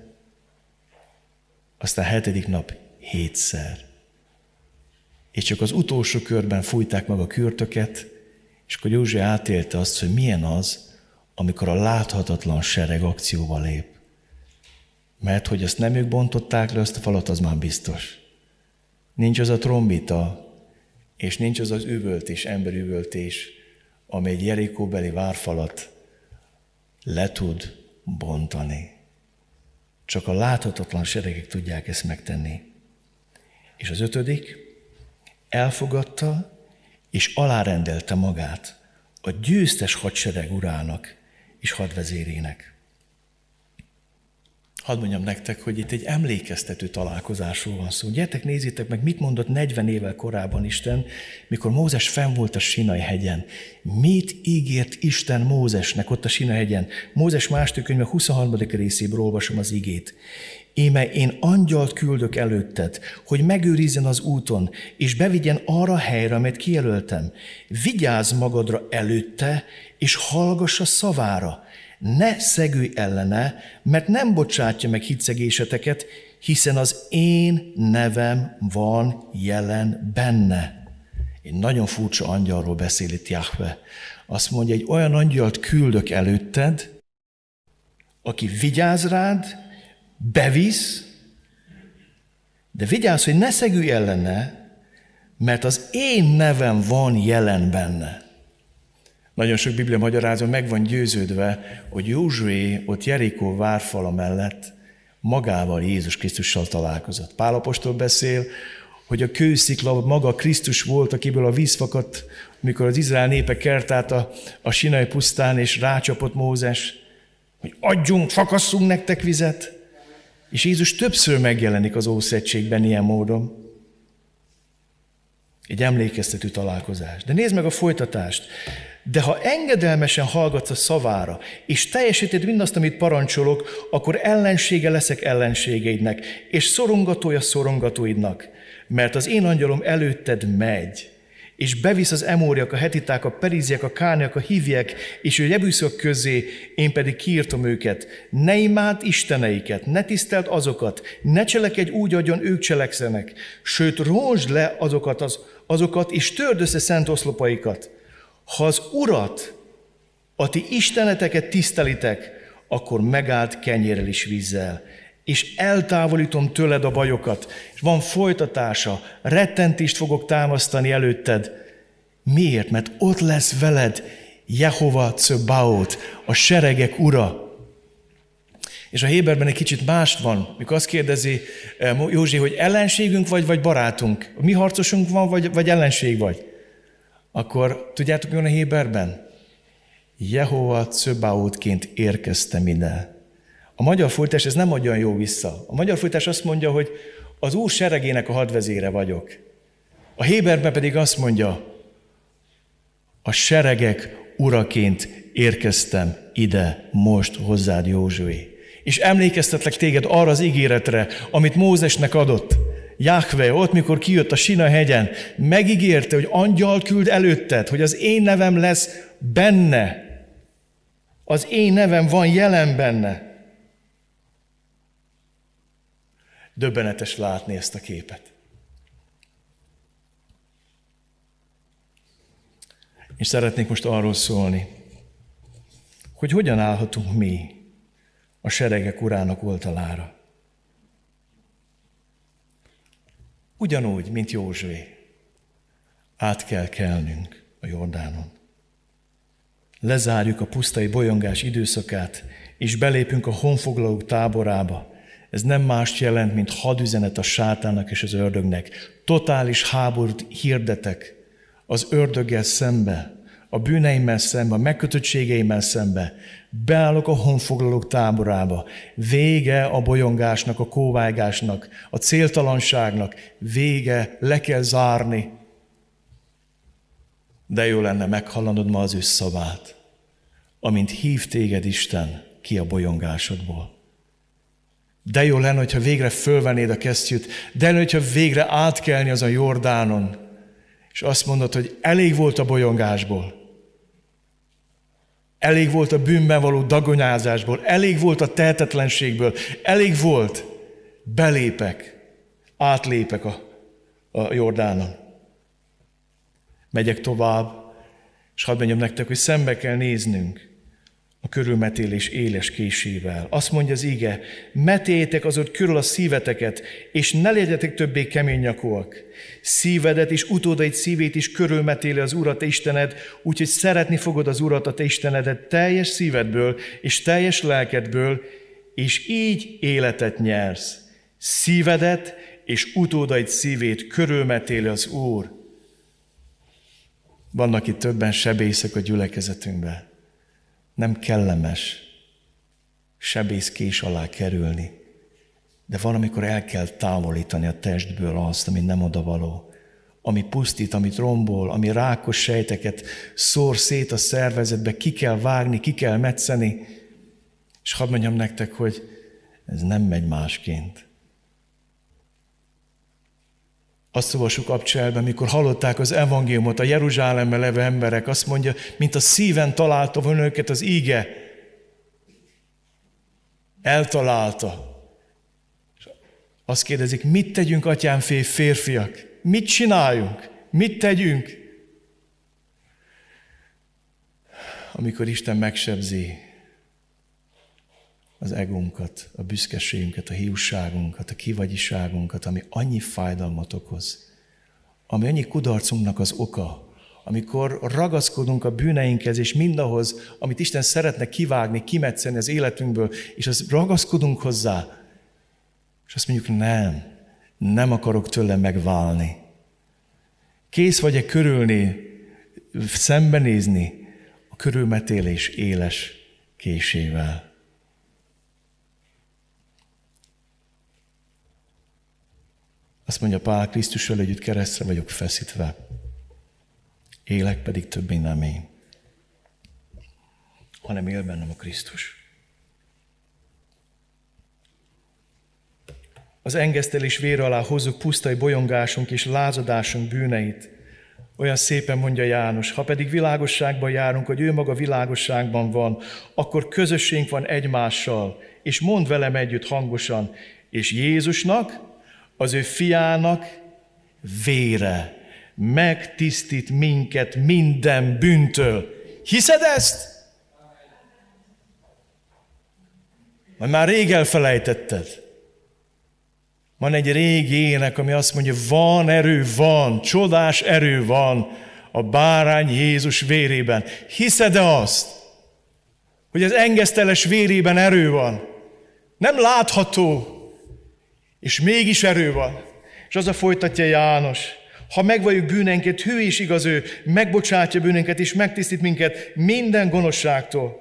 aztán 7. nap 7-szer. És csak az utolsó körben fújták meg a kürtöket, és akkor József átélte azt, hogy milyen az, amikor a láthatatlan sereg akcióba lép. Mert hogy azt nem ők bontották le, azt a falat, az már biztos. Nincs az a trombita, és nincs az az üvöltés, emberüvöltés, amely egy Jerikóbeli várfalat le tud bontani. Csak a láthatatlan seregek tudják ezt megtenni. És az 5. elfogadta és alárendelte magát a győztes hadsereg urának és hadvezérének. Hadd mondjam nektek, hogy itt egy emlékeztető találkozásról van szó. Gyertek, nézzétek meg, mit mondott 40 évvel korábban Isten, mikor Mózes fenn volt a Sinai hegyen. Mit ígért Isten Mózesnek ott a Sinai hegyen? Mózes második könyve 23. részéből olvasom az igét. Íme én angyalt küldök előtted, hogy megőrizzen az úton, és bevigyen arra a helyre, amit kijelöltem. Vigyázz magadra előtte, és hallgass a szavára. Ne szegülj ellene, mert nem bocsátja meg hitszegéseteket, hiszen az én nevem van jelen benne. Egy nagyon furcsa angyalról beszél itt Jahve. Azt mondja, egy olyan angyalt küldök előtted, aki vigyáz rád, bevisz, de vigyázz, hogy ne szegülj ellene, mert az én nevem van jelen benne. Nagyon sok Biblia magyarázó meg van győződve, hogy Józsué ott Jerikó várfala mellett magával, Jézus Krisztussal találkozott. Pál apostol beszél, hogy a kőszikla maga Krisztus volt, akiből a víz fakadt, mikor az Izrael népe kert át a Sinai pusztán, és rácsapott Mózes, hogy adjunk, fakasszunk nektek vizet. És Jézus többször megjelenik az Ószövetségben ilyen módon. Egy emlékeztető találkozás. De nézd meg a folytatást. De ha engedelmesen hallgatsz a szavára, és teljesíted mindazt, amit parancsolok, akkor ellensége leszek ellenségeidnek, és szorongatója szorongatóidnak. Mert az én angyalom előtted megy, és bevisz az emóriak, a hetiták, a periziek, a kániak, a hiviek, és a jebuszok közé, én pedig kiírtom őket. Ne imádd isteneiket, ne tiszteld azokat, ne cselekedj úgy, ahogyan ők cselekszenek, sőt, rózsd le azokat, és törd össze szent oszlopaikat. Ha az Urat, a ti isteneteket tisztelitek, akkor megállt kenyérrel és vízzel, és eltávolítom tőled a bajokat, és van folytatása, rettentést fogok támasztani előtted. Miért? Mert ott lesz veled Jehova Cöbaót, a seregek ura. És a Héberben egy kicsit más van, mikor azt kérdezi József, hogy ellenségünk vagy barátunk? Mi harcosunk van, vagy ellenség vagy? Akkor tudjátok, mi van a Héberben? Jehova Cöbaótként érkeztem ide. A magyar fordítás ez nem adja jó vissza. A magyar fordítás azt mondja, hogy az Úr seregének a hadvezére vagyok. A Héberben pedig azt mondja, a seregek uraként érkeztem ide most hozzád, Józsué. És emlékeztetlek téged arra az ígéretre, amit Mózesnek adott. Jahve, ott, mikor kijött a Sina hegyen, megígérte, hogy angyalt küld előtted, hogy az én nevem lesz benne. Az én nevem van jelen benne. Döbbenetes látni ezt a képet. És szeretnék most arról szólni, hogy hogyan állhatunk mi a seregek urának oldalára. Ugyanúgy, mint Józsué, át kell kelnünk a Jordánon. Lezárjuk a pusztai bolyongás időszakát, és belépünk a honfoglalók táborába. Ez nem mást jelent, mint hadüzenet a sátának és az ördögnek. Totális háborút hirdetek az ördöggel szembe, a bűneimmel szembe, a megkötöttségeimmel szembe. Beállok a honfoglalók táborába. Vége a bolyongásnak, a kóvájgásnak, a céltalanságnak. Vége, le kell zárni. De jó lenne meghallanod ma az ő szavát, amint hív téged Isten ki a bolyongásodból. De jó lenne, hogyha végre fölvennéd a kesztyűt, de jó lenne, hogyha végre átkelni az a Jordánon, és azt mondod, hogy elég volt a bolyongásból, elég volt a bűnben való dagonyázásból, elég volt a tehetetlenségből, elég volt, belépek, átlépek a Jordánon. Megyek tovább, és hadd mondjam nektek, hogy szembe kell néznünk a körülmetélés éles késével. Azt mondja az ige, metéljétek azok körül a szíveteket, és ne legyetek többé keménynyakúak. Szívedet és utódaid szívét is körülmetéli az Urat, te Istened, úgyhogy szeretni fogod az Urat, a te Istenedet teljes szívedből és teljes lelkedből, és így életet nyersz. Szívedet és utódaid szívét körülmetéli az Úr. Vannak itt többen sebészek a gyülekezetünkben. Nem kellemes sebészkés alá kerülni, de van, amikor el kell távolítani a testből azt, ami nem odavaló, ami pusztít, amit rombol, ami rákos sejteket szór szét a szervezetbe, ki kell vágni, ki kell metszeni, és hadd mondjam nektek, hogy ez nem megy másként. Azt olvassuk Abcselben, mikor hallották az evangéliumot, a Jeruzsálemben levő emberek, azt mondja, mint a szíven találta volna őket az íge. Eltalálta. És azt kérdezik, mit tegyünk, atyám férfiak? Mit csináljunk? Mit tegyünk? Amikor Isten megsebzi az egónkat, a büszkeségünket, a hiúságunkat, a kivagyiságunkat, ami annyi fájdalmat okoz, ami annyi kudarcunknak az oka, amikor ragaszkodunk a bűneinkhez és mindahhoz, amit Isten szeretne kivágni, kimetszeni az életünkből, és azt ragaszkodunk hozzá, és azt mondjuk, nem akarok tőle megválni. Kész vagy-e szembenézni a körülmetélés éles késével? Azt mondja Pál, Krisztussal együtt keresztre vagyok feszítve, élek pedig többé nem én, hanem él bennem a Krisztus. Az engesztelés vére alá hozzuk pusztai bolyongásunk és lázadásunk bűneit. Olyan szépen mondja János, ha pedig világosságban járunk, hogy ő maga világosságban van, akkor közösségünk van egymással, és mondd velem együtt hangosan, és Jézusnak, az ő fiának vére megtisztít minket minden bűntől. Hiszed ezt? Vagy már rég elfelejtetted. Van egy régi ének, ami azt mondja, van erő, van, csodás erő van a bárány Jézus vérében. Hiszed-e azt, hogy az engeszteles vérében erő van? Nem látható, és mégis erő van. És az a folytatja János, ha megvalljuk bűneinket, hű és igaz ő, megbocsátja bűneinket, és megtisztít minket minden gonoszságtól.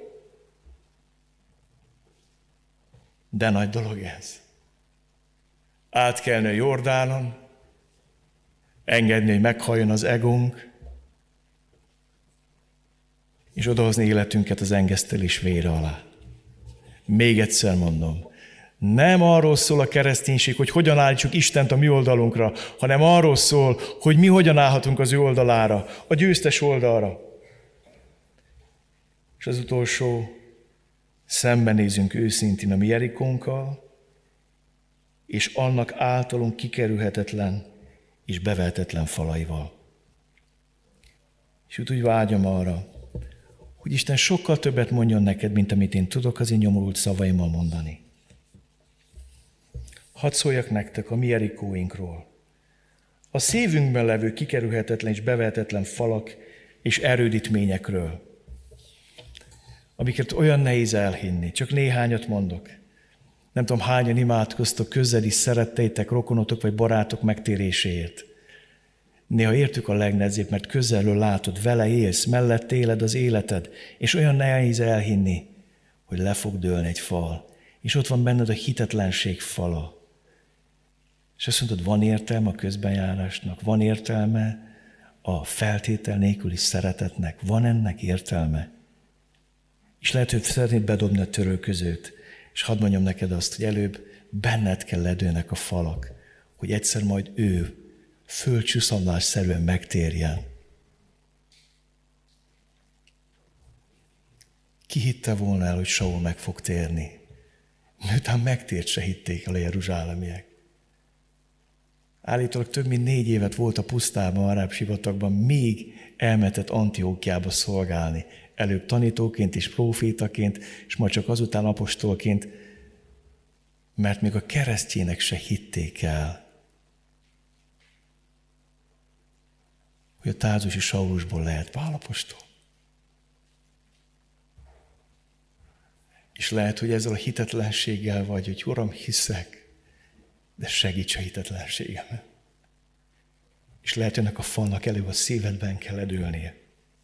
De nagy dolog ez. Átkelni a Jordánon, engedni, hogy meghalljon az egónk, és odahozni életünket az engesztelés vére alá. Még egyszer mondom, nem arról szól a kereszténység, hogy hogyan állítsuk Istent a mi oldalunkra, hanem arról szól, hogy mi hogyan állhatunk az ő oldalára, a győztes oldalra. És az utolsó, szembenézünk őszintén a mi Jerikónkkal, és annak általunk kikerülhetetlen és bevehetetlen falaival. És úgy vágyom arra, hogy Isten sokkal többet mondjon neked, mint amit én tudok az én nyomorult szavaimmal mondani. Hadd szóljak nektek a mi Jerikóinkról. A szívünkben levő kikerülhetetlen és bevehetetlen falak és erődítményekről, amiket olyan nehéz elhinni. Csak néhányat mondok. Nem tudom, hányan imádkoztok közeli szeretteitek, rokonotok vagy barátok megtéréséért. Néha értük a legnehezébb, mert közelről látod, vele élsz, mellett éled az életed, és olyan nehéz elhinni, hogy le fog dőlni egy fal. És ott van benned a hitetlenség fala. És azt mondod, van értelme a közbenjárásnak, van értelme a feltétel nélküli szeretetnek, van ennek értelme. És lehet, hogy szeretnéd bedobni a törölközőt, és hadd mondjam neked azt, hogy előbb benned kell ledőlnek a falak, hogy egyszer majd ő földcsuszamlásszerűen megtérjen. Ki hitte volna el, hogy Saul meg fog térni? Miután megtért, se hitték el a jeruzsálemiek. Állítólag több mint 4 évet volt a pusztában, aráb sivatagban, még elmetett Antiókiába szolgálni. Előbb tanítóként és prófétaként, és majd csak azután apostolként, mert még a keresztjének se hitték el, hogy a tárzusi Saulusból lehet Pál-apostol. És lehet, hogy ezzel a hitetlenséggel vagy, hogy Uram, hiszek, de segíts a hitetlenségemet. És lehet, hogy ennek a falnak előbb a szívedben kell ledőlnie.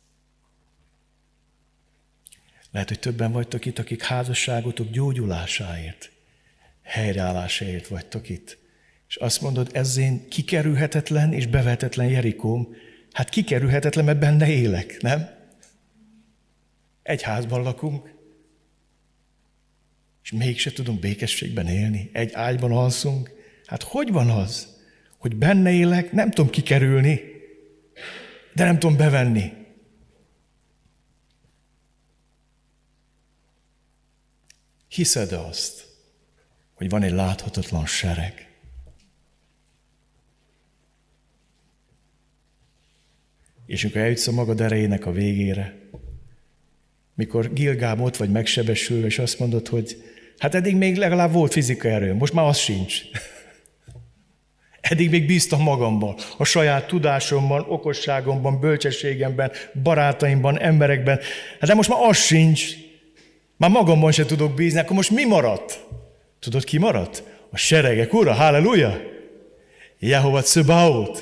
Lehet, hogy többen vagytok itt, akik házasságotok gyógyulásáért, helyreállásáért vagytok itt. És azt mondod, ez én kikerülhetetlen és bevehetetlen Jerikóm. Hát kikerülhetetlen, mert benne élek, nem? Egy házban lakunk, és mégse tudunk békességben élni. Egy ágyban alszunk. Hát hogy van az, hogy benne élek, nem tudom kikerülni, de nem tudom bevenni. Hiszed-e azt, hogy van egy láthatatlan sereg? És amikor eljutsz a magad erejének a végére, mikor Gilgám ott vagy megsebesülve, és azt mondod, hogy hát eddig még legalább volt fizikai erőm, most már az sincs. Eddig még bíztam magamban, a saját tudásomban, okosságomban, bölcsességemben, barátaimban, emberekben. Hát de most már az sincs. Már magamban sem tudok bízni, akkor most mi maradt? Tudod, ki maradt? A seregek ura, halleluja! Jehova Csebaoth.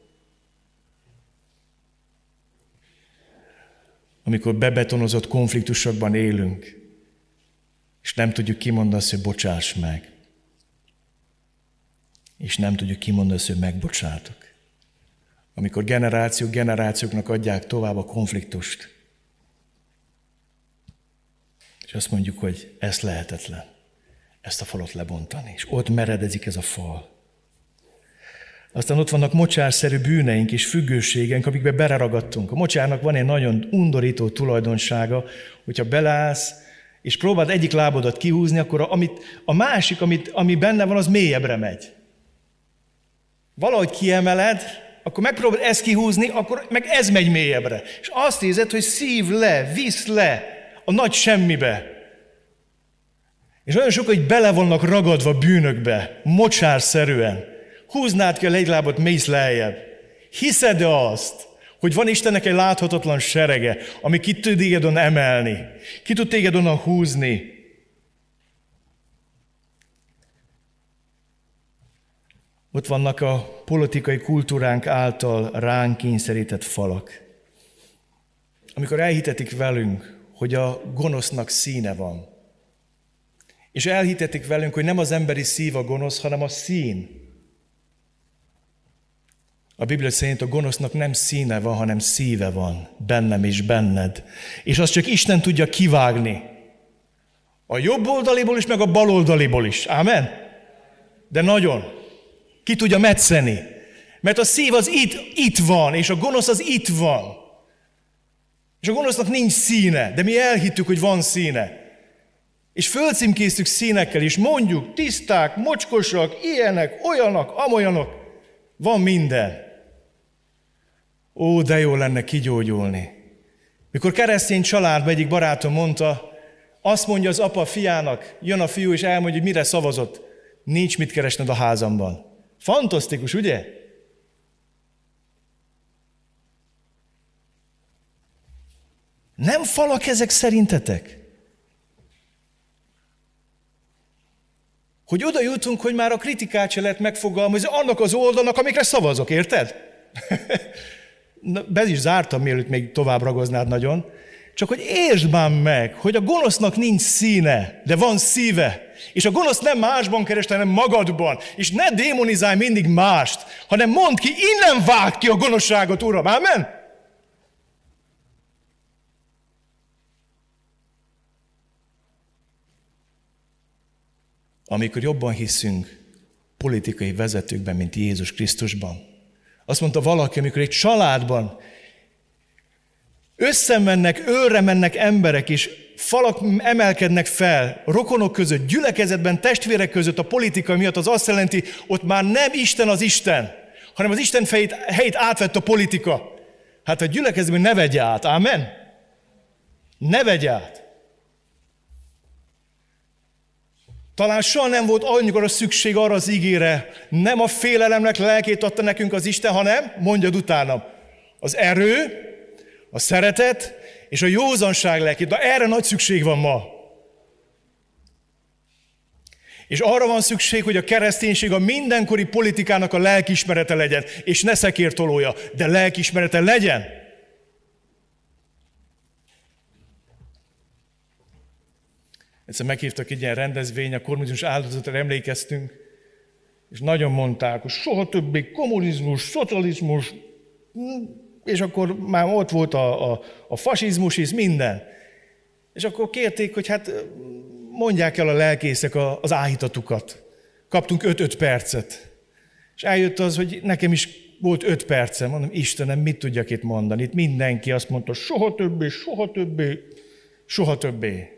Amikor bebetonozott konfliktusokban élünk, és nem tudjuk kimondani azt, hogy bocsáss meg. És nem tudjuk kimondani azt, hogy megbocsátok. Amikor generációknak adják tovább a konfliktust, és azt mondjuk, hogy ez lehetetlen, ezt a falat lebontani, és ott meredezik ez a fal. Aztán ott vannak mocsárszerű bűneink és függőségeink, amikbe beleragadtunk. A mocsárnak van egy nagyon undorító tulajdonsága, hogyha beleállsz, és próbáld egyik lábodat kihúzni, akkor a másik, ami benne van, az mélyebbre megy. Valahogy kiemeled, akkor megpróbáld ezt kihúzni, akkor meg ez megy mélyebbre. És azt érzed, hogy szív le, visz le a nagy semmibe. És olyan sok, hogy bele vannak ragadva bűnökbe, mocsárszerűen. Húznád kell egy lábot, mész lejjebb. Hiszed-e azt, hogy van Istennek egy láthatatlan serege, ami ki tud téged onnan emelni, ki tud téged onnan húzni? Ott vannak a politikai kultúránk által ránk kényszerített falak. Amikor elhitetik velünk, hogy a gonosznak színe van, és elhitetik velünk, hogy nem az emberi szív a gonosz, hanem a szín. A Biblia szerint a gonosznak nem színe van, hanem szíve van, bennem és benned. És azt csak Isten tudja kivágni. A jobb oldaliból is, meg a bal oldaliból is. Ámen? De nagyon. Ki tudja metszeni. Mert a szív az itt van, és a gonosz az itt van. És a gonosznak nincs színe, de mi elhittük, hogy van színe. És fölcímkéztük színekkel is, mondjuk tiszták, mocskosak, ilyenek, olyanak, amolyanok. Van minden. Ó, de jó lenne kigyógyulni. Mikor keresztény családban egyik barátom mondta, azt mondja az apa a fiának, jön a fiú és elmondja, hogy mire szavazott. Nincs mit keresned a házamban. Fantasztikus, ugye? Nem falak ezek szerintetek? Hogy oda jutunk, hogy már a kritikát se lehet megfogalmazni annak az oldalnak, amikre szavazok, érted? Be is zártam, mielőtt még tovább ragoznád nagyon. Csak hogy értsd már meg, hogy a gonosznak nincs színe, de van szíve. És a gonosz nem másban keres, hanem magadban. És ne démonizálj mindig mást, hanem mondd ki, innen vágd ki a gonoszságot, Uram. Amen? Amikor jobban hiszünk politikai vezetőkben, mint Jézus Krisztusban. Azt mondta valaki, amikor egy családban összemennek, őrre mennek emberek, és falak emelkednek fel, rokonok között, gyülekezetben, testvérek között a politika miatt, az azt jelenti, ott már nem Isten az Isten, hanem az Isten helyét átvett a politika. Hát a gyülekezetben ne vegye át, ámen? Ne vegye át. Talán soha nem volt annyira szükség arra az ígére, nem a félelemnek lelkét adta nekünk az Isten, hanem, mondjad utánam, az erő, a szeretet és a józanság lelkét. Na erre nagy szükség van ma. És arra van szükség, hogy a kereszténység a mindenkori politikának a lelkiismerete legyen, és ne szekértolója, de lelkiismerete legyen. Egyszer meghívtak egy ilyen rendezvény, a kommunizmus áldozatra emlékeztünk, és nagyon mondták, hogy soha többé kommunizmus, szocializmus, és akkor már ott volt a fasizmus is, minden. És akkor kérték, hogy hát mondják el a lelkészek az áhítatukat. Kaptunk 5-5 percet. És eljött az, hogy nekem is volt 5 percem. Mondom, Istenem, mit tudjak itt mondani? Itt mindenki azt mondta, soha többé, soha többé, soha többé.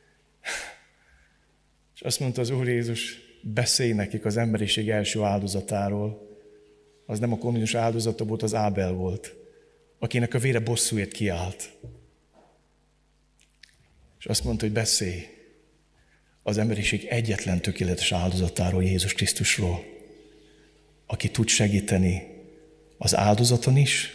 És azt mondta az Úr Jézus, beszélj nekik az emberiség első áldozatáról. Az nem a kommunizmus áldozata volt, az Ábel volt, akinek a vére bosszúért kiállt. És azt mondta, hogy beszélj az emberiség egyetlen tökéletes áldozatáról, Jézus Krisztusról, aki tud segíteni az áldozaton is,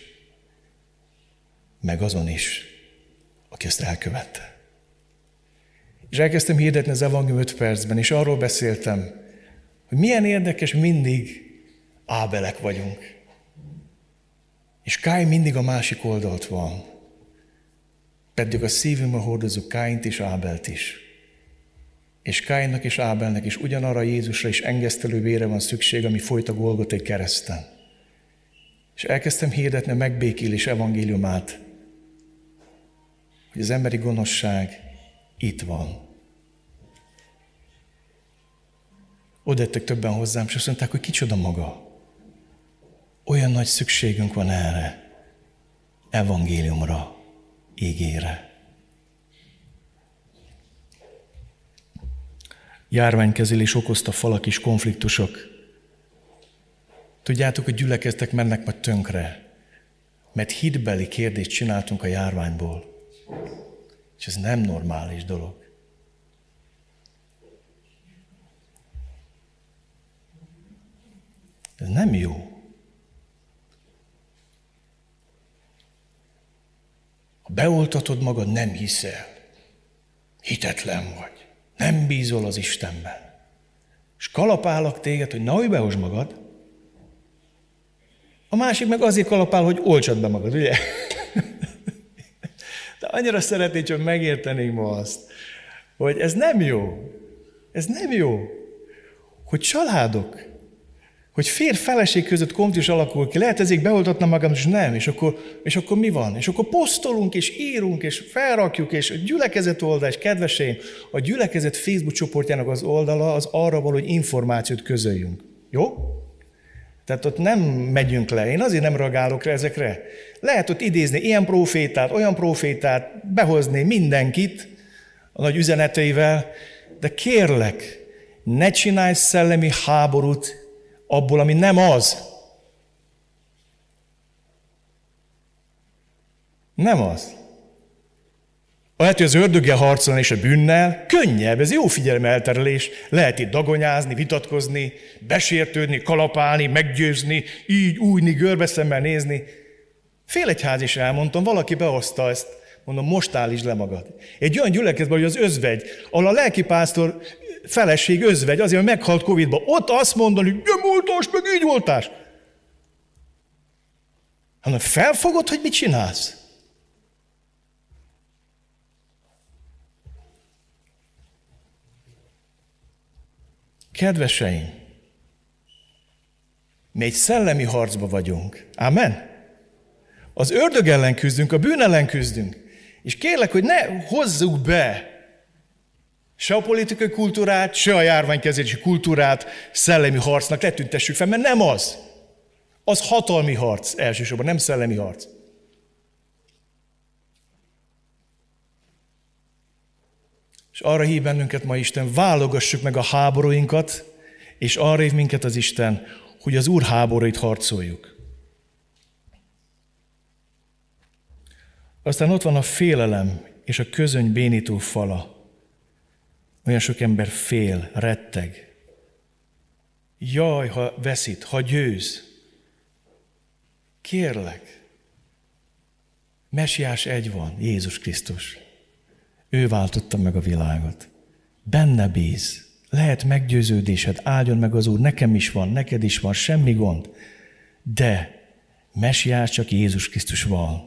meg azon is, aki ezt elkövette. És elkezdtem hirdetni az evangélium 5 percben, és arról beszéltem, hogy milyen érdekes, mindig Ábelek vagyunk. És Káin mindig a másik oldalt van. Pedig a szívünkben hordozunk Káint és Ábelt is. És Káinnak és Ábelnek is ugyanarra Jézusra is engesztelő vére van szükség, ami folyt a Golgothai kereszten. És elkezdtem hirdetni a megbékélés evangéliumát, hogy az emberi gonoszság itt van. Odajöttek többen hozzám, és azt mondták, hogy kicsoda maga. Olyan nagy szükségünk van erre, evangéliumra, ígére. Járványkezelés okozta falak és konfliktusok. Tudjátok, hogy gyülekeztek mennek majd tönkre, mert hitbeli kérdést csináltunk a járványból. És ez nem normális dolog. Ez nem jó. Ha beoltatod magad, nem hiszel. Hitetlen vagy. Nem bízol az Istenben. És kalapálok téged, hogy nehogy behozd magad. A másik meg azért kalapál, hogy oltsad be magad, ugye? De annyira szeretnék, hogy megértenénk ma azt, hogy ez nem jó. Ez nem jó. Hogy családok, hogy férj-feleség között konfliktus alakul ki. Lehet ezért beoltatnám magam, és nem. És akkor mi van? És akkor posztolunk, és írunk, és felrakjuk, és a gyülekezet oldal, és kedveseim, a gyülekezet Facebook csoportjának az oldala az arra való, hogy információt közöljünk. Jó? Tehát ott nem megyünk le. Én azért nem reagálok rá ezekre. Lehet ott idézni ilyen profétát, olyan profétát, behozni mindenkit a nagy üzeneteivel, de kérlek, ne csinálj szellemi háborút abból, ami nem az. Nem az. Lehet, hogy az ördöggel harcolni és a bűnnel könnyebb, ez jó figyelemelterelés. Lehet itt dagonyázni, vitatkozni, besértődni, kalapálni, meggyőzni, így újni, görbeszemmel nézni. Félegyház is elmondtam, valaki behozta ezt, mondom, most állítsd le magad. Egy olyan gyülekezetben, hogy az özvegy, ahol a lelkipásztor feleség özvegy, azért, mert meghalt Covid-ba, ott azt mondani, hogy nem oltás, meg így oltás. Hanem felfogod, hogy mit csinálsz? Kedveseim, mi egy szellemi harcba vagyunk. Amen? Az ördög ellen küzdünk, a bűn ellen küzdünk. És kérlek, hogy ne hozzuk be se a politikai kultúrát, se a járványkezelési kultúrát szellemi harcnak, ne tüntessük fel, mert nem az. Az hatalmi harc elsősorban, nem szellemi harc. És arra hív bennünket ma Isten, válogassuk meg a háborúinkat, és arra hív minket az Isten, hogy az Úr háborúit harcoljuk. Aztán ott van a félelem és a közöny bénító fala. Olyan sok ember fél, retteg. Jaj, ha veszít, ha győz. Kérlek, Mesiás egy van, Jézus Krisztus. Ő váltotta meg a világot. Benne bíz. Lehet meggyőződésed, áldjon meg az Úr, nekem is van, neked is van, semmi gond. De Mesiás csak Jézus Krisztus van.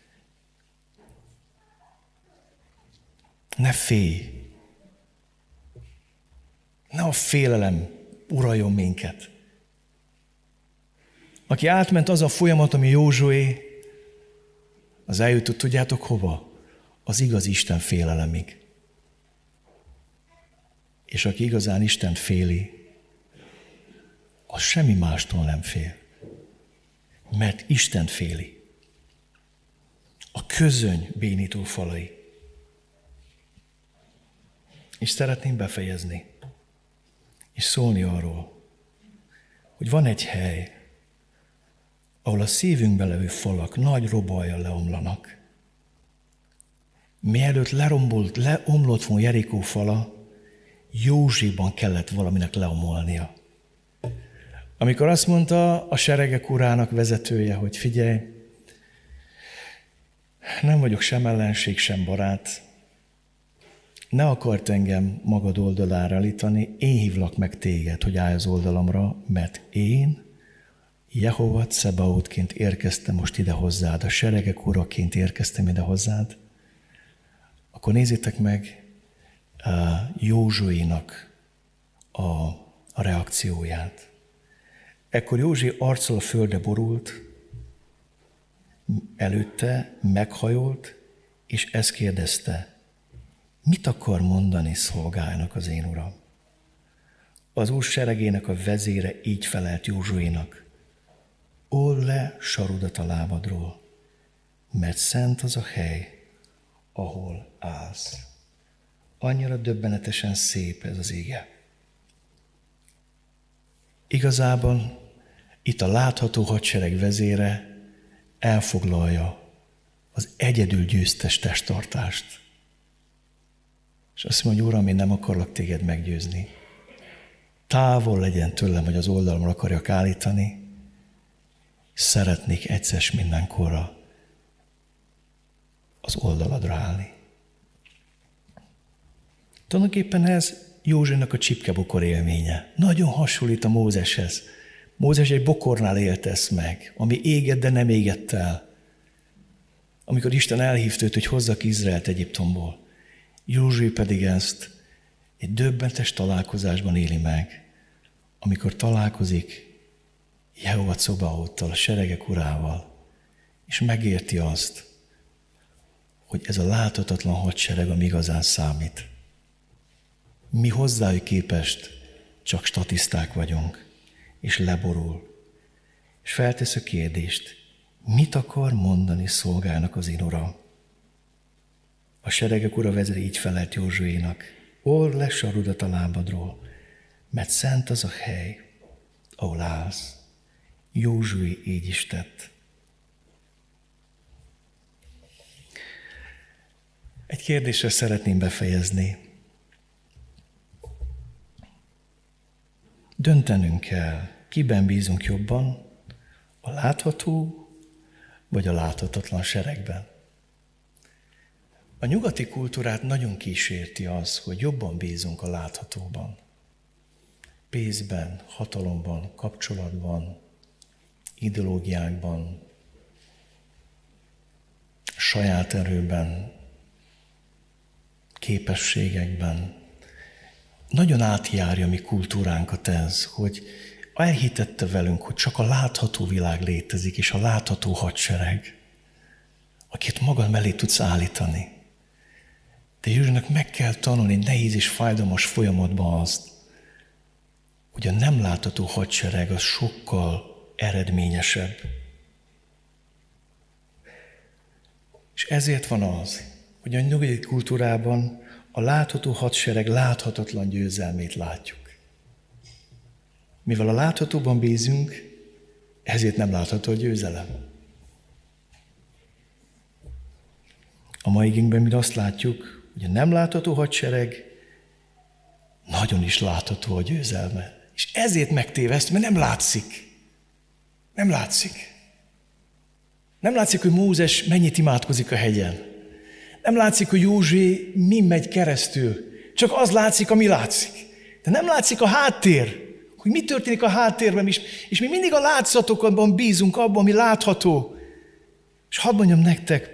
Ne félj. Ne a félelem uraljon minket. Aki átment az a folyamat, ami Józsué, az eljutott, tudjátok hova? Az igaz Isten félelemig. És aki igazán Istent féli, az semmi mástól nem fél. Mert Istent féli. A közöny bénító falai. És szeretném befejezni, és szólni arról, hogy van egy hely, ahol a szívünkbe levő falak nagy robajjal leomlanak. Mielőtt leomlott volna Jerikó fala, Józsiban kellett valaminek leomolnia. Amikor azt mondta a seregek urának vezetője, hogy figyelj, nem vagyok sem ellenség, sem barát, ne akart engem magad oldalára állítani, én hívlak meg téged, hogy állj az oldalamra, mert én Jehova Cebaótként érkeztem most ide hozzád, a seregek uraként érkeztem ide hozzád, akkor nézzétek meg Józsuénak a reakcióját. Ekkor Józsi arccal a földre borult, előtte meghajolt, és ezt kérdezte, mit akar mondani szolgájának az én uram? Az úr seregének a vezére így felelt Józsuénak, old le sarudat a lábadról, mert szent az a hely, ahol állsz. Annyira döbbenetesen szép ez az ige. Igazában itt a látható hadsereg vezére elfoglalja az egyedül győztes testtartást. És azt mondja, hogy Uram, én nem akarlak téged meggyőzni. Távol legyen tőlem, hogy az oldalamra akarjak állítani. Szeretnék egyszer mindenkorra az oldaladra állni. Tulajdonképpen ez Józsuénak a csipkebokor élménye. Nagyon hasonlít a Mózeshez. Mózes egy bokornál élt ezt meg, ami égett, de nem égett el. Amikor Isten elhívta őt, hogy hozzak Izraelt Egyiptomból. Józsué pedig ezt egy döbbentes találkozásban éli meg, amikor találkozik Jehova Cobaottal, a seregek urával, és megérti azt, hogy ez a láthatatlan hadsereg, ami igazán számít. Mi hozzájuk képest csak statiszták vagyunk, és leborul. És feltesz a kérdést, mit akar mondani szolgának az én uram? A seregek ura vezér így felelt Józsuénak, old le sarudat a lábadról, mert szent az a hely, ahol állsz. Józsué így is tett. Egy kérdésre szeretném befejezni. Döntenünk kell, kiben bízunk jobban, a látható vagy a láthatatlan seregben. A nyugati kultúrát nagyon kísérti az, hogy jobban bízunk a láthatóban. Pénzben, hatalomban, kapcsolatban, ideológiákban, saját erőben, képességekben. Nagyon átjárja mi kultúránkat ez, hogy elhitette velünk, hogy csak a látható világ létezik, és a látható hadsereg, akit magad mellé tudsz állítani. De Józsuénak meg kell tanulni nehéz és fájdalmas folyamatban azt, hogy a nem látható hadsereg az sokkal eredményesebb. És ezért van az, hogy a nyugati kultúrában a látható hadsereg láthatatlan győzelmét látjuk. Mivel a láthatóban bízunk, ezért nem látható a győzelem. A mai igényben mi azt látjuk, hogy a nem látható hadsereg nagyon is látható a győzelme. És ezért megtéveszt, mert nem látszik. Nem látszik. Nem látszik, hogy Mózes mennyit imádkozik a hegyen. Nem látszik, hogy Józsué min megy keresztül. Csak az látszik, ami látszik. De nem látszik a háttér, hogy mi történik a háttérben is. És mi mindig a látszatokban bízunk, abban, ami látható. És hadd mondjam nektek,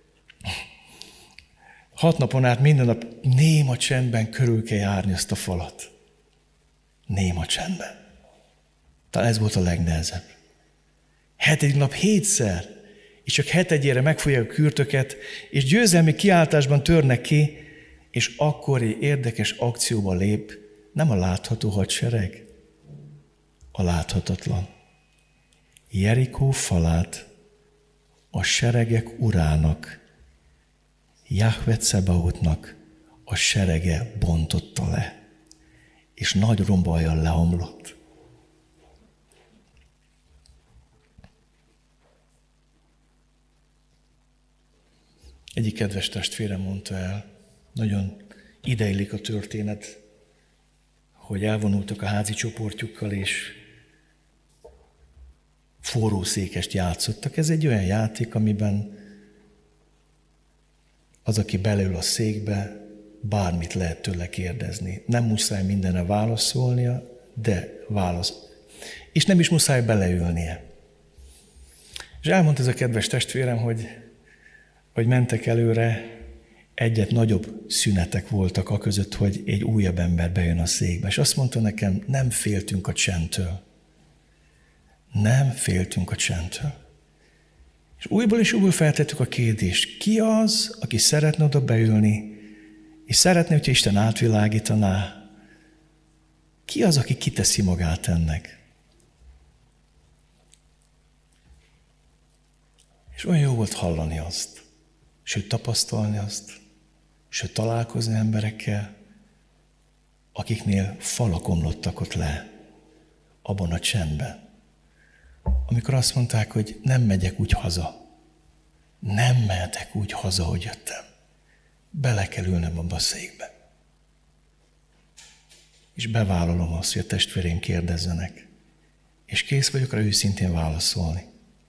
6 napon át minden nap néma csendben körül kell járni ezt a falat. Néma csendben. Talán ez volt a legnehezebb. 7. nap 7-szer, és csak 7-ére megfogják a kürtöket, és győzelmi kiáltásban törnek ki, és akkor egy érdekes akcióba lép, nem a látható hadsereg, a láthatatlan. Jerikó falát a seregek urának, Jahve Cebaotnak a serege bontotta le, és nagy rombajjal leomlott. Egyik kedves testvérem mondta el, nagyon ideillik a történet, hogy elvonultak a házi csoportjukkal, és forrószékest játszottak. Ez egy olyan játék, amiben az, aki beleül a székbe, bármit lehet tőle kérdezni. Nem muszáj mindenre válaszolnia, de válasz. És nem is muszáj beleülnie. És elmondta ez a kedves testvérem, hogy mentek előre, egyet nagyobb szünetek voltak a között, hogy egy újabb ember bejön a székbe. És azt mondta nekem, nem féltünk a csendtől. Nem féltünk a csendtől. És újból feltettük a kérdést, ki az, aki szeretne oda beülni, és szeretne, hogyha Isten átvilágítaná, ki az, aki kiteszi magát ennek? És olyan jó volt hallani azt, sőt tapasztalni azt, sőt találkozni emberekkel, akiknél falak omlottak ott le, abban a csendben. Amikor azt mondták, hogy nem megyek úgy haza, nem mehetek úgy haza, hogy jöttem. Bele kell ülnem abba a székbe. És bevállalom azt, hogy a testvéreim kérdezzenek. És kész vagyok rá őszintén válaszolni.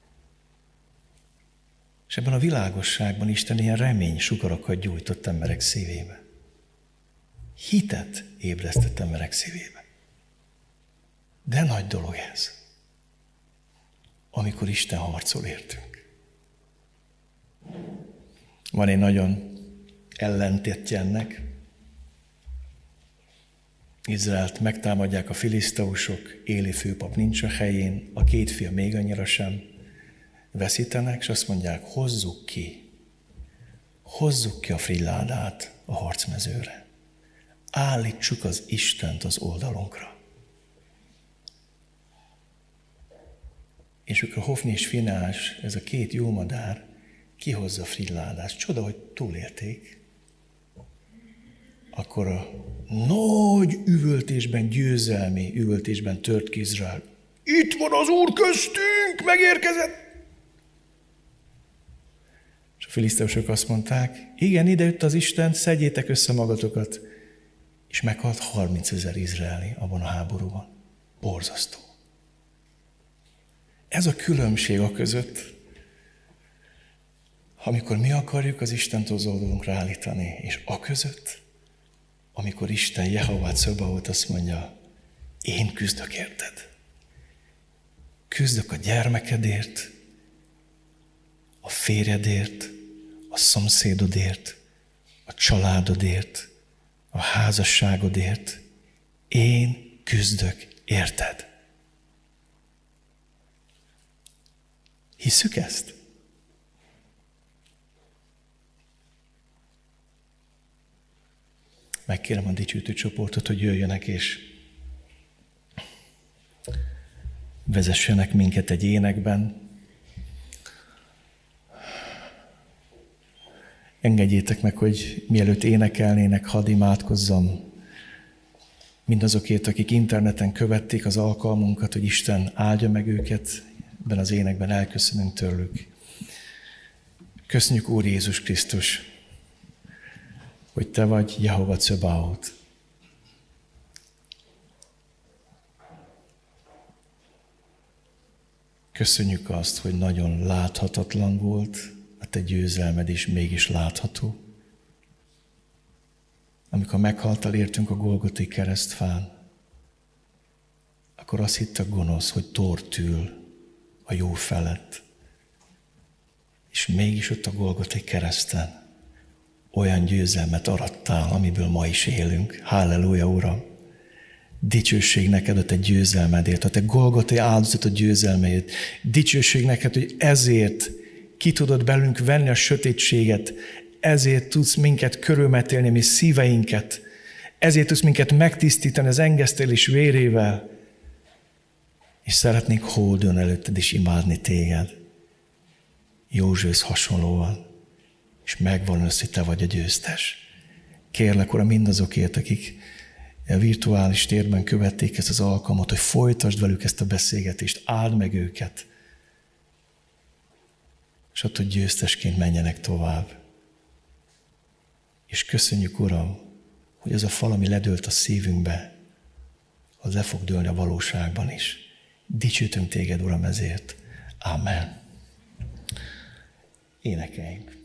És ebben a világosságban Isten ilyen remény sugarakat gyújtott emberek szívébe. Hitet ébresztett emberek szívébe. De nagy dolog ez, amikor Isten harcol értünk. Van egy nagyon ellentétje ennek. Izraelt megtámadják a filiszteusok, Éli főpap nincs a helyén, a két fia még annyira sem, veszítenek, és azt mondják, hozzuk ki a frilládát a harcmezőre. Állítsuk az Istent az oldalunkra. És akkor Hofni és Finehás, ez a két jó madár, kihozza a frilládát. Csoda, hogy túlélték. Akkor a nagy üvöltésben, győzelmi üvöltésben tört ki Izrael. Itt van az Úr köztünk, megérkezett! És a filiszteusok azt mondták, igen, ide jött az Isten, szedjétek össze magatokat. És meghalt 30 000 izraeli abban a háborúban. Borzasztó. Ez a különbség a között, amikor mi akarjuk az Istent az oldalunkra állítani, és a között, amikor Isten Jehová Cöbaoth azt mondja, én küzdök érted. Küzdök a gyermekedért, a férjedért, a szomszédodért, a családodért, a házasságodért. Én küzdök érted. Hisszük ezt? Megkérem a dicsőítő csoportot, hogy jöjjönek és vezessenek minket egy énekben. Engedjétek meg, hogy mielőtt énekelnének, hadd imádkozzam mindazokért, akik interneten követték az alkalmunkat, hogy Isten áldja meg őket, ebben az énekben elköszönünk tőlük. Köszönjük, Úr Jézus Krisztus, hogy Te vagy Jehova Cöbaoth. Köszönjük azt, hogy nagyon láthatatlan volt a Te győzelmed, és mégis látható. Amikor meghaltál értünk a Golgotai keresztfán, akkor azt hitt a gonosz, hogy tort ül a jó felett. És mégis ott a Golgotai kereszten olyan győzelmet arattál, amiből ma is élünk. Halleluja, Uram! Dicsőség neked a Te győzelmedért, a Te Golgotai áldozat győzelmeért. Dicsőség neked, hogy ezért ki tudod belünk venni a sötétséget, ezért tudsz minket körülmetélni, mi szíveinket, ezért tudsz minket megtisztítani az engesztelés vérével, és szeretnénk hódolni előtted és imádni téged. Józsefhez hasonlóan, és megvan össze, hogy Te vagy a győztes. Kérlek, Uram, mindazokért, akik a virtuális térben követték ezt az alkalmat, hogy folytasd velük ezt a beszélgetést, áld meg őket, és attól győztesként menjenek tovább. És köszönjük, Uram, hogy az a fal, ami ledőlt a szívünkbe, az le fog dőlni a valóságban is. Dicsőtünk téged, Uram, ezért. Amen. Énekeljünk.